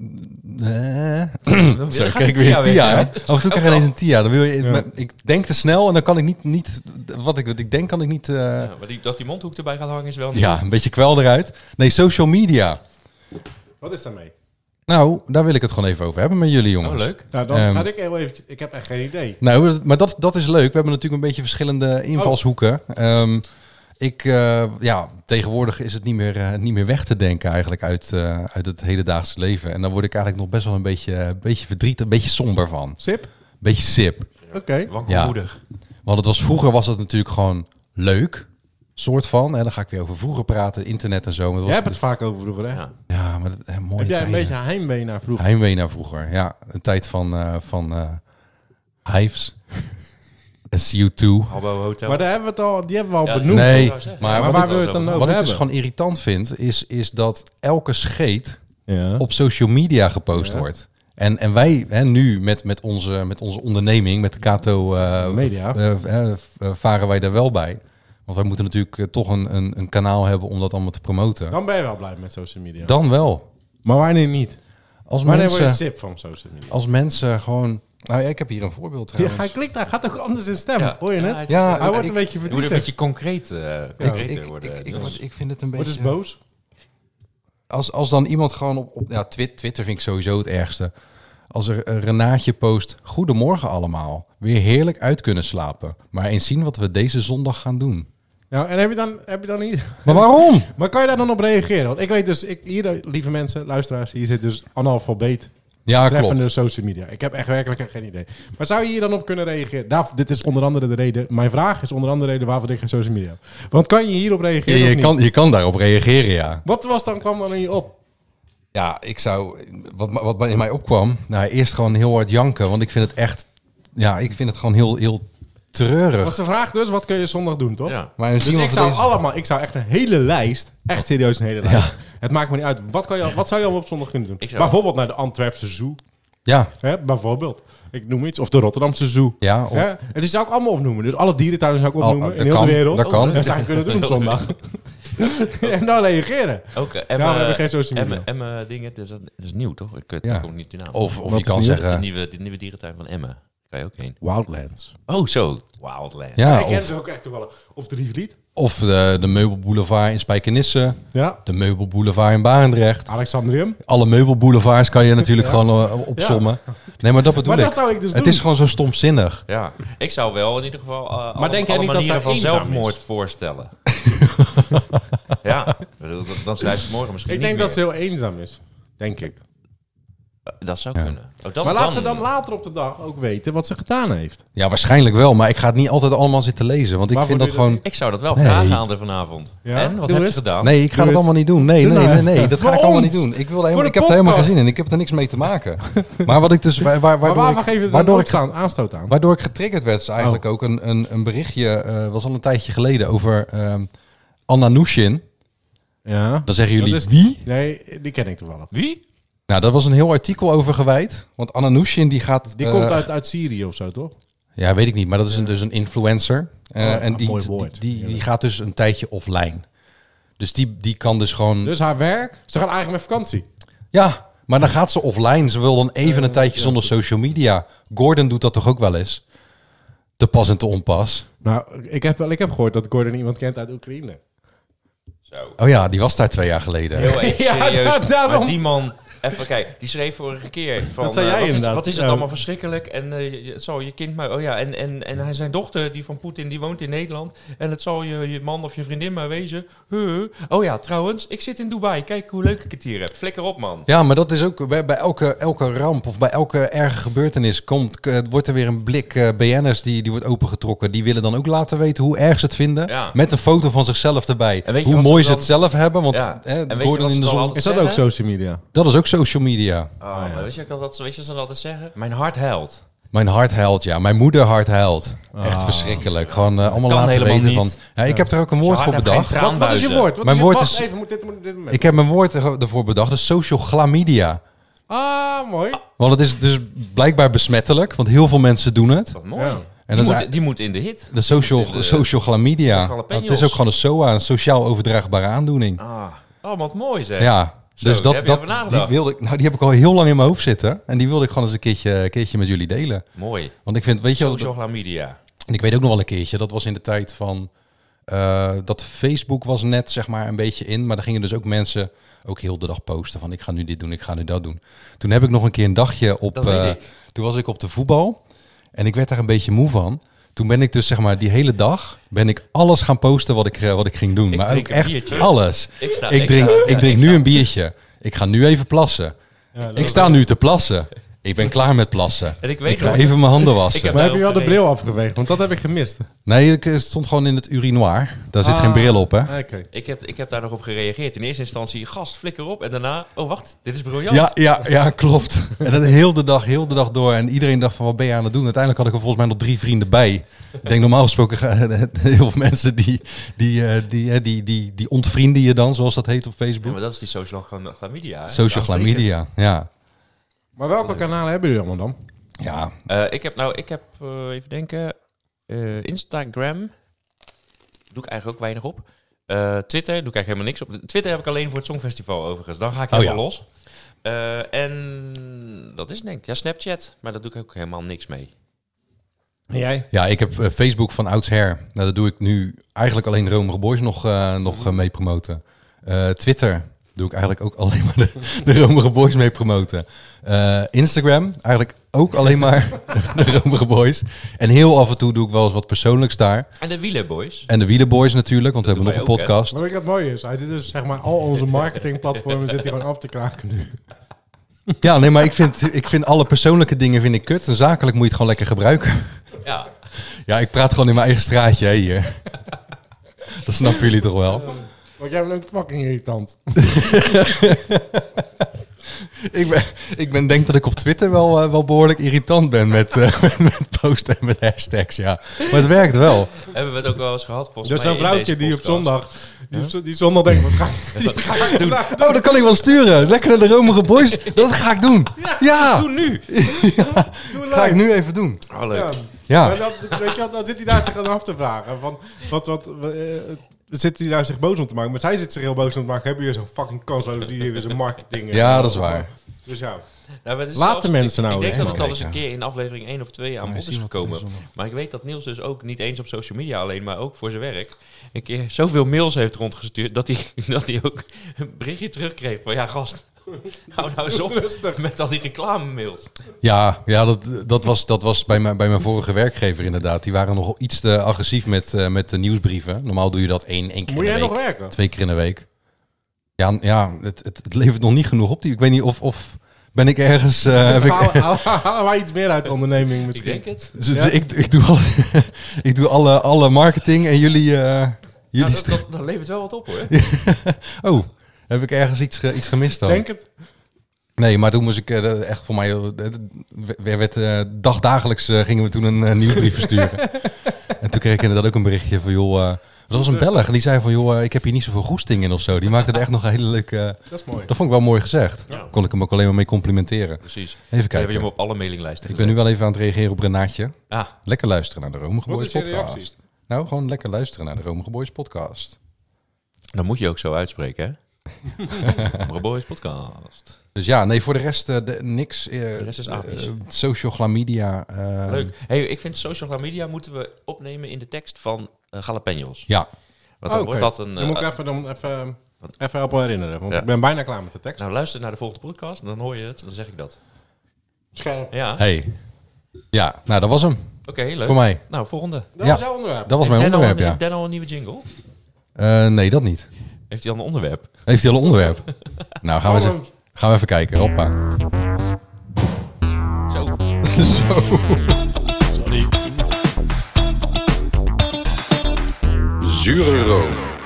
S1: uh, Zo,
S3: gaat
S1: krijg ik
S3: die
S1: weer een
S3: Tia
S1: Tia.
S3: weg,
S1: hè?
S3: hè?
S1: Af en toe krijg je ineens een Tia. Dan wil je,
S4: Ja.
S1: Ik denk te snel en dan kan ik niet... niet wat, ik, wat ik denk kan ik niet... Uh,
S3: Ja, maar die, dat die mondhoek erbij gaat hangen is wel niet
S1: ja,
S3: goed.
S1: een beetje kwel eruit. Nee, social media.
S4: Wat is daarmee?
S1: Nou, daar wil ik het gewoon even over hebben met jullie,
S3: Oh,
S1: jongens.
S3: leuk.
S4: Nou, dan
S1: Ehm.
S4: ga ik heel even... Ik heb echt geen idee.
S1: Nou, dat- maar dat, dat is leuk. We hebben natuurlijk een beetje verschillende invalshoeken. Ehm, ik, uh, ja, tegenwoordig is het niet meer, uh, niet meer weg te denken eigenlijk uit, uh, uit het hedendaagse leven. En daar word ik eigenlijk nog best wel een beetje, een beetje verdrietig, een beetje somber van.
S4: Sip?
S1: Een beetje sip.
S4: Oké.
S3: Wankelmoedig.
S1: Want het was, vroeger was het natuurlijk gewoon leuk, soort van. En dan ga ik weer over vroeger praten, internet en zo. Maar het
S4: Jij
S1: was,
S4: hebt het vaak over vroeger, hè?
S3: Ja.
S1: Ja, maar dat, hè, mooie
S4: Heb jij een
S1: tijden.
S4: beetje heimwee naar vroeger?
S1: Heimwee naar vroeger, ja. Een tijd van, uh, van uh, Hives en C U twee.
S3: Habbo Hotel.
S4: Maar daar hebben we het al, die hebben we al
S3: Ja,
S4: benoemd.
S1: Nee,
S3: wou zeggen.
S1: maar,
S4: Maar
S1: wat
S4: waar
S1: ik-
S4: wil je het dan over
S1: Wat ik
S4: hebben?
S1: dus gewoon irritant vind, is, is dat elke scheet
S4: Ja.
S1: op social media gepost
S4: Ja.
S1: wordt. En, en wij hè, nu met, met, onze, met onze onderneming, met Kato uh,
S4: Media.
S1: uh, uh, uh, varen wij daar wel bij. Want wij moeten natuurlijk uh, toch een, een, een kanaal hebben om dat allemaal te promoten.
S4: Dan ben je wel blij met social media.
S1: Dan wel.
S4: Maar wanneer niet?
S1: Als
S4: Wanneer word je
S1: mensen,
S4: sip van social media?
S1: als mensen gewoon... Nou ja, ik heb hier een voorbeeld
S4: Ja,
S1: trouwens.
S4: hij klikt, hij gaat ook anders in stem.
S3: Ja.
S4: Hoor je het?
S3: hij,
S1: Ja,
S4: Hij
S1: ik-
S4: wordt een beetje
S3: je moet een
S4: verdrietig.
S3: beetje concreet, uh,
S1: ik,
S3: concreter
S1: ik,
S3: worden.
S1: ik, ik,
S3: Niels.
S1: word- ik vind het een
S4: Wordt
S1: beetje...
S4: dus boos.
S1: Als, als dan iemand gewoon op... op ja, Twi- Twitter vind ik sowieso het ergste. Als er een Renaatje post... Goedemorgen allemaal. Weer heerlijk uit kunnen slapen. Maar eens zien wat we deze zondag gaan doen.
S4: Nou, en heb je dan, heb je dan niet...
S1: Maar waarom?
S4: Maar kan je daar dan op reageren? Want ik weet dus, ik, hier, lieve mensen, luisteraars, hier zit dus analfabeet
S1: Ja,
S4: treffende
S1: klopt.
S4: social media. Ik heb echt werkelijk geen idee. Maar zou je hier dan op kunnen reageren? Daar, dit is onder andere de reden, mijn vraag is onder andere de reden waarvoor ik geen social media heb. Want kan je hierop
S1: Ja,
S4: reageren
S1: je,
S4: of niet?
S1: kan, je kan daarop reageren, ja.
S4: Wat was dan, kwam dan in je op?
S1: Ja, ik zou... Wat, wat in mij opkwam... Nou, eerst gewoon heel hard janken. Want ik vind het echt... Ja, ik vind het gewoon heel, heel treurig.
S4: Wat ze vraagt dus, wat kun je zondag doen, toch?
S3: Ja.
S1: Maar
S4: Dus
S1: zien
S4: ik
S1: wat we
S4: zou
S1: deze-
S4: allemaal, ik zou echt een hele lijst, echt serieus een hele lijst. Het maakt me niet uit. Wat, kan je, wat zou je allemaal op zondag kunnen doen?
S3: Ik zou-
S4: Bijvoorbeeld naar de Antwerpse Zoo.
S1: Ja,
S4: Hè, bijvoorbeeld. Ik noem iets. Of de Rotterdamse Zoo.
S1: ja. Of,
S4: Hè? En die zou ik allemaal opnoemen. Dus alle dierentuinen zou ik
S1: Oh,
S4: opnoemen
S1: dat
S4: in heel
S1: kan,
S4: de wereld.
S1: dat kan.
S4: Dat zou ik kunnen doen op zondag. en dan reageren.
S3: Ook uh,
S4: Daarom heb ik geen social media.
S3: Emma, Emma dingen, dat is, dat is nieuw, toch? Ik, ik
S1: Ja.
S3: kom niet de naam.
S1: of, of
S4: Wat
S1: je
S4: is
S1: kan
S4: nieuw?
S3: de,
S1: zeggen...
S3: nieuwe, de nieuwe dierentuin van Emma. Daar kan je ook heen.
S4: Wildlands.
S3: Oh, zo. Wildland.
S1: Ja,
S4: ik ken
S1: of,
S4: ze ook echt toevallig. Of de Rivliet.
S1: of de, de meubelboulevard in Spijkenisse.
S4: Ja.
S1: De meubelboulevard in Barendrecht.
S4: Alexandrium.
S1: Alle meubelboulevards kan je natuurlijk gewoon uh, opsommen. Nee, maar dat bedoel
S4: Maar
S1: ik.
S4: dat zou ik dus
S1: Het
S4: doen.
S1: is gewoon zo stomzinnig.
S3: Ja, ik zou wel in ieder geval uh, alle,
S4: denk jij
S3: alle
S4: niet dat zij
S3: manieren van
S4: eenzaam
S3: zelfmoord
S4: is?
S3: voorstellen. Ja, dan- dan schrijft ze morgen misschien
S4: Ik
S3: niet
S4: denk dat ze
S3: meer.
S4: heel eenzaam is. Denk ik.
S3: Dat zou
S1: Ja.
S3: kunnen. Oh, dan,
S4: maar laat ze dan later op de dag ook weten wat ze gedaan heeft.
S1: Ja, waarschijnlijk wel. Maar ik ga het niet altijd allemaal zitten lezen. Want ik
S4: Waarvoor
S1: vind dat
S4: doe je
S1: gewoon...
S3: Ik zou dat wel
S1: Nee.
S3: vragen aan haar vanavond.
S4: Ja?
S3: En, wat
S4: Doe
S3: heb
S4: eens.
S3: je gedaan?
S1: Nee, ik ga
S4: Doe
S1: het
S4: eens.
S1: allemaal niet doen. Nee,
S4: Doe
S1: nee,
S4: nou.
S1: nee, nee. Dat ga
S4: Voor
S1: ik allemaal
S4: ons.
S1: niet doen. Ik, wil
S4: Voor
S1: helemaal,
S4: de
S1: ik heb er helemaal geen
S4: podcast.
S1: zin in. Ik heb er niks mee te maken. Maar wat ik dus... Waar, waar,
S4: Maar
S1: waardoor
S4: waarvoor
S1: ik,
S4: geef je er dan
S1: waardoor
S4: nooit
S1: ik,
S4: aan- aanstoot aan?
S1: waardoor ik getriggerd werd, is eigenlijk
S4: Oh.
S1: ook een, een, een berichtje... eh, was al een tijdje geleden over ehm Anna Nushin.
S4: Ja.
S1: Dan zeggen jullie,
S4: Dat is-
S1: wie?
S4: Nee, die ken ik toevallig.
S3: Wie?
S1: Nou, daar was een heel artikel over gewijd. Want Anna Nushin die gaat...
S4: Die
S1: eh,
S4: komt uit, uit Syrië of zo, toch?
S1: Ja, weet ik niet. Maar dat is een, dus een influencer. Eh,
S4: Oh,
S1: en
S4: een
S1: die,
S4: mooi
S1: die,
S4: woord.
S1: die, die
S4: Ja.
S1: gaat dus een tijdje offline. Dus die, die kan dus gewoon...
S4: Dus haar werk, ze gaat eigenlijk met vakantie.
S1: Ja, maar dan gaat ze offline. Ze wil dan even een tijdje
S4: ja,
S1: zonder
S4: goed.
S1: social media. Gordon doet dat toch ook wel eens? Te pas en te onpas.
S4: Nou, ik heb, wel, ik heb gehoord dat Gordon iemand kent uit Oekraïne.
S3: Zo.
S1: Oh ja, die was daar twee jaar geleden.
S3: Heel even
S4: Ja,
S3: serieus.
S4: da- daarom.
S3: Maar die man... Even kijk, die schreef vorige keer van...
S4: Dat zei
S3: eh,
S4: jij
S3: wat, is,
S4: inderdaad.
S3: wat is het
S4: Ja.
S3: allemaal verschrikkelijk. En uh, het zal je kind maar... Oh ja, en, en, en hij, zijn dochter, die van Poetin, die woont in Nederland. En het zal je, je man of je vriendin maar wezen. Huh. Oh ja, trouwens, ik zit in Dubai. Kijk hoe leuk ik het hier heb. Flikker op, man.
S1: Ja, maar dat is ook bij, bij elke, elke ramp of bij elke erge gebeurtenis komt, k- wordt er weer een blik uh, B N'ers die, die wordt opengetrokken. Die willen dan ook laten weten hoe erg ze het vinden.
S3: Ja.
S1: Met een foto van zichzelf erbij.
S3: En weet je
S1: Hoe
S3: wat
S1: mooi
S3: ze
S1: ze
S3: dan-
S1: het zelf hebben, want
S3: Ja.
S1: hè,
S3: En weet
S1: het
S3: je
S1: wordt
S3: wat
S1: dan in
S3: ze
S1: de
S3: dan
S1: zon.
S3: altijd
S4: Is dat
S3: zeggen?
S4: ook social media?
S1: Dat is ook social media.
S3: Oh, maar weet je dat, dat, weet je wat ze dan altijd zeggen? Mijn hart huilt.
S1: Mijn hart huilt, ja. Mijn moeder hart huilt. Echt
S4: Ah.
S1: verschrikkelijk. Gewoon uh, allemaal
S3: Kan
S1: laten
S3: helemaal
S1: weten
S3: niet.
S1: van... Ja, ik heb er ook een
S3: Zijn
S1: woord
S3: hart
S1: voor
S3: heeft geen
S1: bedacht.
S3: traan.
S4: Wat, wat is je
S3: Traanbuizen.
S4: woord? Wat
S1: Mijn
S4: is je
S1: woord
S4: wacht
S1: is-
S4: even, moet dit, moet dit moment.
S1: Ik heb mijn woord er- ervoor bedacht. Dat is social chlamydia.
S4: Ah, mooi.
S1: Want het is dus blijkbaar besmettelijk. Want heel veel mensen doen het.
S3: Wat mooi.
S4: Ja.
S1: En
S3: Die
S1: dat is
S3: moet, die moet in de hit.
S1: de social,
S3: Die moet in de-
S1: social chlamydia.
S3: de
S1: Want het is ook gewoon een S O A, een sociaal overdraagbare aandoening.
S3: Ah, oh, wat mooi zeg.
S1: Ja,
S3: Zo,
S1: dus
S3: daar
S1: dat,
S3: heb je
S1: dat
S3: over
S1: die
S3: nagedacht.
S1: wilde ik, nou die heb ik al heel lang in mijn hoofd zitten en die wilde ik gewoon eens een keertje, een keertje met jullie delen.
S3: Mooi.
S1: Want ik vind, weet je, wel,
S3: Social chlamydia.
S1: en ik weet ook nog wel een keertje, dat was in de tijd van eh, dat Facebook was net zeg maar een beetje in, maar daar gingen dus ook mensen ook heel de dag posten van ik ga nu dit doen, ik ga nu dat doen. Toen heb ik nog een keer een dagje op,
S3: Dat weet
S1: eh,
S3: ik.
S1: toen was ik op de voetbal en ik werd daar een beetje moe van. Toen ben ik dus zeg maar die hele dag ben ik alles gaan posten wat ik, eh, wat ik ging doen.
S3: Ik
S1: maar
S3: drink
S1: ook
S3: een
S1: echt
S3: biertje.
S1: alles.
S3: Ik, sta,
S1: Ik drink,
S3: sta-
S1: ik
S3: ja,
S1: drink
S3: sta-
S1: nu een biertje. Ik ga nu even plassen.
S4: Ja,
S1: Ik sta nu te plassen. Ik ben klaar met plassen.
S3: En ik weet
S1: Ik ga
S3: nog-
S1: even mijn handen
S3: Ik
S1: wassen.
S3: heb-
S4: Maar heb je al de
S3: Daarop
S4: bril afgeweegd? Want dat heb ik gemist.
S1: Nee, ik eh, stond gewoon in het urinoir. Daar zit
S4: Ah,
S1: geen bril op, hè?
S4: Oké.
S3: Ik heb, ik heb daar nog op gereageerd. In eerste instantie, gast, flikker op. En daarna, oh wacht, dit is briljant.
S1: Ja, ja, ja, klopt. En dat heel de dag, heel de dag door. En iedereen dacht van, wat ben je aan het doen? Uiteindelijk had ik er volgens mij nog drie vrienden bij. Ik denk normaal gesproken, gaan heel veel mensen die, die, eh, die, eh, die, die, die ontvrienden je dan, zoals dat heet op
S3: Ja,
S1: Facebook.
S3: maar dat is die social chlam- chlamydia. hè?
S1: Social
S3: Daarom
S1: chlamydia, ja.
S4: Maar welke kanalen hebben jullie allemaal dan?
S1: Ja,
S3: Eh, ik heb nou, ik heb, eh, even denken, eh, Instagram doe ik eigenlijk ook weinig op. Eh, Twitter doe ik eigenlijk helemaal niks op. Twitter heb ik alleen voor het Songfestival overigens. Dan ga ik
S1: Oh,
S3: helemaal
S1: ja.
S3: los. Eh, en dat is denk ik, ja, Snapchat. Maar daar doe ik ook helemaal niks mee.
S4: En jij?
S1: ja, ik heb eh, Facebook van oudsher. Nou, dat doe ik nu eigenlijk alleen de Romige Boys nog, eh, nog eh, mee promoten. Eh, Twitter doe ik eigenlijk ook alleen maar de, de Romige Boys mee promoten. Eh, Instagram eigenlijk ook alleen maar de Romige Boys. En heel af en toe doe ik wel eens wat persoonlijks daar.
S3: En de Wielerboys.
S1: En de Wielerboys natuurlijk, want we
S3: Dat
S1: hebben nog
S3: doen
S1: een
S3: wij ook,
S1: podcast.
S4: Maar weet je wat mooi is? Hij zit dus zeg maar al onze marketingplatformen zit hij gewoon af te kraken nu.
S1: Ja, nee, maar ik vind, ik vind alle persoonlijke dingen vind ik kut. En zakelijk moet je het gewoon lekker gebruiken.
S3: Ja.
S1: Ja, ik praat gewoon in mijn eigen straatje hè, hier. Dat snappen jullie toch wel?
S4: Want jij bent ook fucking irritant.
S1: Ik, ben, ik ben, denk dat ik op Twitter wel, uh, wel behoorlijk irritant ben met, uh, met, met posten en met hashtags, ja. Maar het werkt wel.
S3: Hebben we het ook wel eens gehad, volgens
S4: Dat is
S3: mij.
S4: zo'n
S3: in
S4: vrouwtje
S3: deze
S4: die op
S3: podcast.
S4: zondag, die, op, zo- die zondag denkt, wat ga ik, wat ga ik doen?
S1: Oh, dat kan ik wel sturen. Lekker naar de Romige Boys. Dat ga ik doen. Ja,
S3: Doe nu!
S4: Doe
S1: ga ik
S4: live.
S1: nu even doen.
S3: Oh, leuk.
S1: Ja.
S4: Maar dan, weet je, wel, dan zit hij daar zich aan af te vragen. Van, wat, wat, eh, zit hij daar zich boos om te maken? Maar zij zit zich heel boos om te maken. Hebben jullie zo'n fucking kansloos die hier weer zijn marketing. eh,
S1: Ja, dat is waar.
S4: Dus ja.
S3: Nou, maar het is
S4: Laat
S3: zelfs-
S4: de mensen
S3: ik,
S4: nou
S3: Ik denk
S4: weer
S3: dat het al
S1: kijken.
S3: eens een keer in aflevering één of twee aan
S1: Ja,
S3: bod
S1: zie
S3: is
S1: wat er
S3: gekomen.
S1: is onder.
S3: Maar ik weet dat Niels dus ook niet eens op social media alleen, maar ook voor zijn werk een keer zoveel mails heeft rondgestuurd dat hij, dat hij ook een berichtje terugkreeg van ja gast, hou nou eens op
S4: Rustig.
S3: met al die reclame-mails.
S1: Ja, ja dat, dat was, dat was bij, mijn, bij mijn vorige werkgever inderdaad. Die waren nog iets te agressief met, uh, met de nieuwsbrieven. Normaal doe je dat één, één keer
S4: Moet
S1: in de
S4: jij
S1: week.
S4: nog werken?
S1: Twee keer in de week. Ja, ja het, het, het levert nog niet genoeg op. Die, ik weet niet of, of ben ik ergens... Uh, heb ik,
S4: Halen halen- halen wij iets meer uit de onderneming
S3: Ik
S4: misschien?
S3: denk het.
S1: dus,
S4: Ja.
S1: ik, ik doe, alle, ik doe alle, alle marketing en jullie... Uh,
S3: Ja,
S1: jullie
S3: dat,
S1: stra-
S3: dat, dat levert wel wat op hoor.
S1: oh, heb ik ergens iets, ge- iets gemist dan?
S4: Denk het.
S1: Nee, maar toen moest ik uh, echt voor mij... Uh, werd, werd, uh, dagdagelijks uh, gingen we toen een uh, nieuwsbrief versturen. En toen kreeg ik inderdaad ook een berichtje van... joh. Uh, dat was een Belg en die zei van... joh, uh, ik heb hier niet zoveel goesting in of zo. Die maakte er echt nog een hele leuke... Uh,
S4: Dat is mooi.
S1: dat vond ik wel mooi gezegd.
S3: Ja.
S1: Kon ik hem ook alleen maar mee complimenteren.
S3: Precies.
S1: Even
S3: We hebben
S1: kijken.
S3: hem op alle mailinglijsten
S1: Ik ben nu
S3: gezet.
S1: wel even aan het reageren op Renaatje.
S3: Ah,
S1: Lekker luisteren naar de Romige
S4: Wat
S1: Boys
S4: is je
S1: podcast.
S4: reactie?
S1: Nou, gewoon lekker luisteren naar de Romige Boys podcast.
S3: dan moet je ook zo uitspreken hè. Romige Boys podcast.
S1: Dus ja, nee, voor de rest uh, de, niks. Uh,
S3: De rest is apisch.
S1: uh, social chlamydia. Uh,
S3: Leuk. Hey, ik vind social media moeten we opnemen in de tekst van uh, Jalapenos.
S1: Ja,
S3: Want dan
S4: Oh,
S3: wordt
S4: oké.
S3: dat een...
S4: Dan
S3: eh,
S4: moet ik even, dan even, even helpen herinneren. Want
S3: Ja.
S4: ik ben bijna klaar met de tekst.
S3: nou, luister naar de volgende podcast. Dan hoor je het. Dan zeg ik dat.
S4: Scherp.
S3: Ja.
S1: Hey. Ja, nou dat was hem.
S3: Oké, leuk.
S1: Voor mij.
S3: Nou, volgende.
S4: Dat
S1: Ja.
S4: was jouw onderwerp.
S1: Dat was mijn
S3: Heeft Dan
S1: onderwerp,
S3: al,
S1: ja.
S3: Heeft Dan al een nieuwe jingle?
S1: Eh, nee, dat niet.
S3: Heeft hij al een onderwerp?
S1: Heeft hij al een onderwerp? Nou, gaan we, eens, gaan we even kijken. Hoppa.
S3: Zo.
S1: Zo.
S5: Zure room.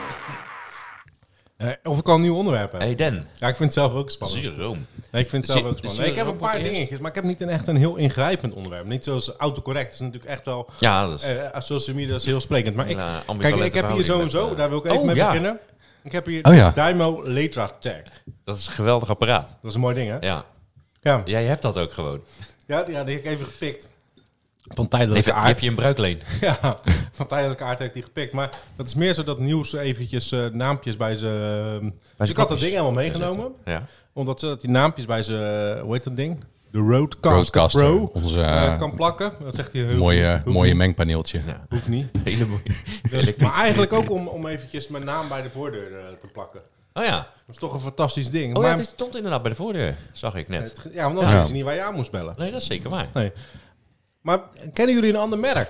S4: Eh, of ik al een nieuw onderwerp heb.
S3: Hey Dan.
S4: Ja, ik vind het zelf ook spannend.
S3: Zure room.
S4: Nee, ik vind het zelf
S3: Zie-
S4: ook spannend.
S3: zie-
S4: Nee, ik heb een
S3: wat
S4: paar
S3: eerst?
S4: dingetjes, maar ik heb niet een echt een heel ingrijpend onderwerp. Niet zoals autocorrect. Dat is natuurlijk echt wel...
S3: Ja, dat is...
S4: eh social media is heel sprekend. Maar ik,
S3: Ja,
S4: kijk,
S3: ambivalente
S4: ik heb hier
S3: verhouding
S4: sowieso,
S3: met, eh,
S4: daar wil ik even
S3: oh,
S4: mee
S3: ja.
S4: beginnen. Ik heb hier
S1: Oh, ja.
S4: de Dymo Letra Tag.
S3: Dat is een geweldig apparaat.
S4: Dat is een mooi ding, hè?
S3: Ja.
S4: Ja,
S3: Jij hebt dat ook gewoon.
S4: ja, die, ja, die heb ik even gepikt. Van tijdelijke
S3: Even,
S4: aard.
S3: heb je een bruikleen?
S4: Ja, van tijdelijke aard heb ik die gepikt. Maar het is meer zo dat Nieuws eventjes uh, naampjes bij ze... Uh, dus ik had dat ding helemaal meegenomen.
S3: Ja.
S4: Omdat ze dat die naampjes bij ze... Uh, hoe heet dat ding? De Roadcaster,
S1: Roadcaster,
S4: Pro.
S1: onze
S4: uh,
S1: uh,
S4: kan plakken. Dat zegt hij heel
S1: mooie,
S4: hoeft
S1: mooie
S4: niet.
S1: mengpaneeltje.
S3: Ja.
S4: Hoeft niet.
S3: Hele mooie.
S4: Dus, maar eigenlijk ook om, om eventjes mijn naam bij de voordeur uh, te plakken.
S3: Oh ja.
S4: Dat is toch een fantastisch ding.
S3: Oh ja,
S4: maar,
S3: het stond inderdaad bij de voordeur. Zag ik net.
S4: het, ja, want dan
S1: Ja.
S4: weten ze niet waar je aan moest bellen.
S3: Nee, dat is zeker waar.
S4: Nee. Maar kennen jullie een ander merk?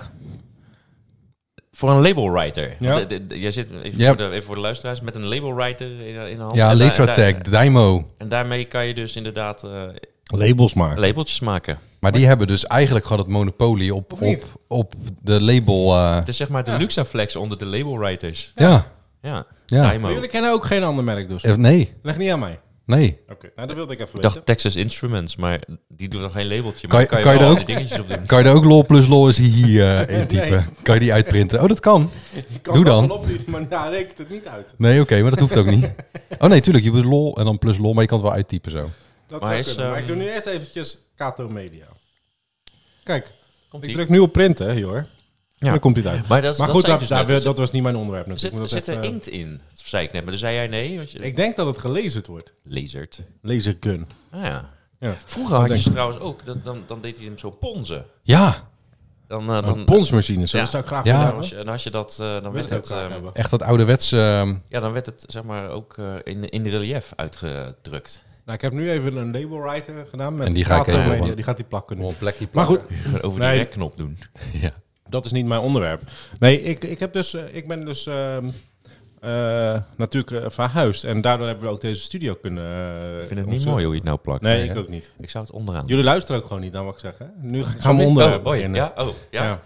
S3: Voor een labelwriter.
S4: Ja.
S3: Want, eh, de- Jij zit, even,
S1: Yep.
S3: voor de, even voor de luisteraars, met een labelwriter in, in de hand.
S1: Ja,
S3: En daar-
S1: Letra
S3: en daar-
S1: Tag, Dymo.
S3: En daarmee kan je dus inderdaad uh,
S4: Labels maken.
S3: labeltjes maken.
S1: Maar die hebben dus eigenlijk gewoon het monopolie op,
S4: Of
S1: op,
S4: niet?
S1: op de label. uh,
S3: Het is zeg maar de
S4: Ja.
S3: Luxaflex onder de labelwriters.
S1: ja,
S3: Ja,
S1: ja.
S3: Dymo.
S4: Maar jullie kennen ook geen ander merk dus?
S1: Eh, Nee,
S4: Leg niet aan mij.
S1: nee.
S4: Oké, nou dat wilde ik even
S3: Ik
S4: weten.
S3: dacht Texas Instruments, maar die doet dan geen labeltje.
S1: Kan
S3: Maar
S1: je-
S3: kan je,
S1: kan je
S3: wel
S1: er
S3: al
S1: ook-
S3: die dingetjes op doen.
S1: Kan je er ook lol plus lol is hier uh, intypen?
S4: Nee.
S1: Kan je die uitprinten? Oh, dat kan.
S4: Je kan
S1: Doe
S4: wel
S1: dan.
S4: wel optypen, maar daar rekent het niet uit.
S1: Nee, oké, maar dat hoeft ook niet. Oh nee, tuurlijk. Je moet lol en dan plus lol, maar je kan het wel uittypen zo.
S4: Dat
S3: Maar
S4: zou
S3: is,
S4: kunnen. Maar ik
S3: ehm,
S4: doe nu eerst eventjes Kato Media. Kijk,
S3: Komt
S4: ik
S3: ie?
S4: druk nu op printen, hè, hoor.
S3: Ja.
S4: Dan komt hij uit.
S3: Maar, dat, is-
S4: Maar
S3: dat
S4: goed,
S3: zei
S4: dat,
S3: ik dus
S4: daar-
S3: net.
S4: dat was niet mijn onderwerp
S3: Er
S4: natuurlijk.
S3: zit,
S4: Ik moet
S3: er
S4: dat
S3: zit er
S4: even-
S3: inkt in. Dat zei ik net, maar toen zei jij nee. Want je,
S4: Ik denk dat het gelezerd wordt.
S3: lasert.
S4: Lasergun.
S3: Ah ja.
S4: Ja.
S3: Vroeger had
S4: denk
S3: je ze trouwens ook, dat, dan, dan deed hij hem zo ponzen.
S1: Ja,
S3: Dan, uh,
S4: Een
S3: dan,
S4: ponsmachine, zo.
S3: Ja.
S4: Dat zou ik graag
S1: Ja.
S4: willen
S3: en
S4: hebben.
S3: als je, en als je dat, uh, dan
S4: Dat wil
S3: werd
S4: ik ook
S3: het,
S4: graag
S3: uh,
S4: hebben.
S1: echt dat ouderwets. uh,
S3: ja, dan werd het zeg maar ook uh, in, in relief uitgedrukt.
S4: Nou, ik heb nu even een labelwriter gedaan. Met
S1: En die ga ik
S4: Kato
S1: even
S4: Media.
S1: op-
S4: die gaat die plakken nu.
S1: een plekje
S4: Maar goed,
S3: Over
S4: Nee.
S3: die rekknop doen.
S1: Ja.
S4: dat is niet mijn onderwerp. Nee, ik, ik, heb dus, eh, ik ben dus ehm, eh, natuurlijk eh, verhuisd. En daardoor hebben we ook deze studio kunnen... eh,
S3: Ik vind het niet
S4: onze-
S3: mooi hoe je het nou plakt.
S4: Nee,
S3: Nee,
S4: ik ook niet.
S3: Ik zou het onderaan.
S4: Jullie luisteren ook gewoon niet, dan wat ik zeg. Hè? Nu gaan
S3: Zou
S4: we
S3: dit-
S4: onderwerp
S3: oh, boy,
S4: beginnen.
S3: ja? Oh, ja.
S4: Ja.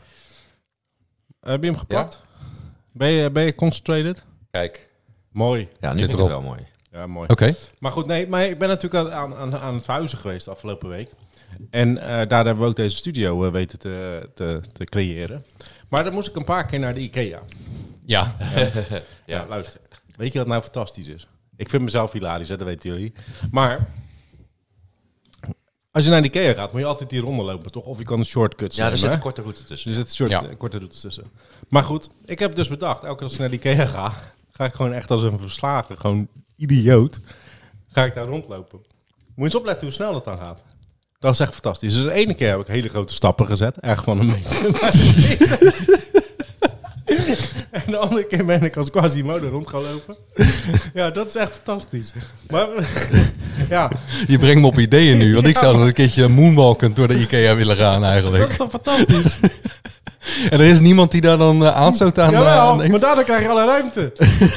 S4: Eh, heb je hem geplakt? Ben, je, ben je concentrated?
S1: Kijk.
S4: Mooi.
S3: Ja, nu
S1: Zit
S3: vind ik het
S1: erop.
S3: wel mooi.
S4: Ja, mooi.
S1: Oké.
S4: Maar goed, nee, maar ik ben natuurlijk aan, aan, aan het verhuizen geweest de afgelopen week. En uh, daar hebben we ook deze studio uh, weten te, te, te creëren. Maar dan moest ik een paar keer naar de IKEA.
S1: Ja.
S4: Ja,
S3: Ja.
S4: luister. Weet je wat nou fantastisch is? Ik vind mezelf hilarisch, hè, dat weten jullie. Maar als je naar de IKEA gaat, moet je altijd die ronde lopen, toch? Of je kan een shortcut
S3: Ja, er
S4: nemen,
S3: zit
S4: hè?
S3: een korte route tussen.
S4: Er zit een soort
S1: Ja.
S4: eh, korte routes tussen. Maar goed, ik heb dus bedacht, elke keer als ik naar de IKEA ga, ga ik gewoon echt als een verslagen, gewoon idioot, ga ik daar rondlopen. Moet je eens opletten hoe snel dat dan gaat. Dat is echt fantastisch. Dus de ene keer heb ik hele grote stappen gezet, echt van een meter. En de andere keer ben ik als Quasimodo rond gaan lopen. Ja, dat is echt fantastisch. Maar ja,
S1: Je brengt me op ideeën nu, want ik zou nog een keertje moonwalkend door de IKEA willen gaan eigenlijk.
S4: dat is toch fantastisch?
S1: En er is niemand die daar dan uh, aanstoot aan, uh,
S4: Jawel,
S1: aan neemt?
S4: maar daardoor krijg je alle ruimte.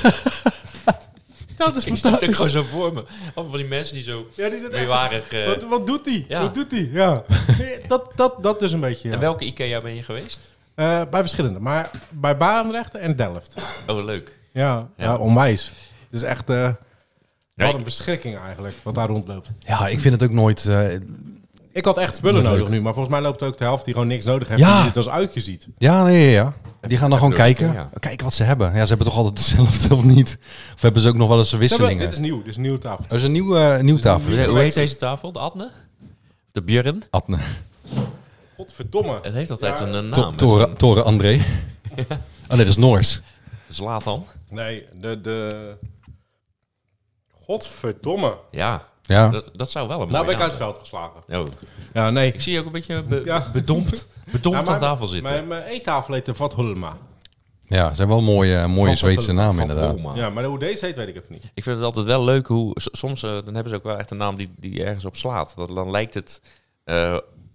S4: Dat is
S3: Ik sta het
S4: fantastisch.
S3: gewoon zo voor me. Allemaal van die mensen die zo
S4: Ja, die zit echt zo-
S3: meewarig... eh,
S4: Wat, wat doet hij?
S3: Ja.
S4: Wat doet hij? Ja. Nee, dat, dat, dat is een beetje. Ja.
S3: En welke IKEA ben je geweest?
S4: Eh, bij verschillende, maar bij Barendrecht en Delft.
S3: Oh, leuk.
S4: Ja, ja.
S3: Ja.
S4: onwijs. Het is echt eh,
S3: Ja,
S4: wat
S3: ik-
S4: een beschikking eigenlijk, wat daar rondloopt.
S1: Ja, ik vind het ook nooit... uh,
S4: Ik had echt spullen
S1: Leuk.
S4: nodig nu, maar volgens mij loopt er ook de helft die gewoon niks nodig heeft.
S1: Ja.
S4: Die het als uitje ziet.
S1: Ja, nee, ja. Die gaan dan gewoon
S3: door de
S1: kijken.
S3: IKEA.
S1: Kijken wat ze hebben. Ja, ze hebben toch altijd hetzelfde of niet? Of hebben ze ook nog wel eens
S4: Ze hebben-
S1: wisselingen?
S4: Dit is nieuw, dit is een nieuwe tafel.
S1: Er is een nieuw, uh, nieuw tafel.
S3: Hoe hoe heet deze tafel? De Adne? De Björn?
S1: Adne.
S4: Godverdomme.
S3: Het heeft altijd
S4: Ja.
S3: een eh,
S1: To-
S3: naam.
S1: Toren, Toren André. Oh nee, dat is Noors.
S3: Zlatan.
S4: Nee, de... de... Godverdomme.
S3: Ja,
S1: Ja.
S3: dat, dat zou wel een mooie
S4: Nou ben ik
S3: naam
S4: uit het veld geslagen.
S3: zijn. Oh.
S4: Ja, nee.
S3: Ik zie je ook een beetje be-
S4: Ja.
S3: bedompt, bedompt
S4: Ja,
S3: aan
S4: maar
S3: tafel zitten.
S4: Mijn, mijn eettafel heet de Vat Hulma.
S1: Ja, het zijn wel mooie, mooie
S4: Van-
S1: Zweedse
S4: van-
S1: namen
S3: Van
S1: inderdaad.
S3: Roma.
S4: Ja, maar hoe deze heet weet ik even niet.
S3: Ik vind het altijd wel leuk hoe... s- Soms uh, dan hebben ze ook wel echt een naam die, die ergens op slaat. Dat, dan lijkt het... Uh,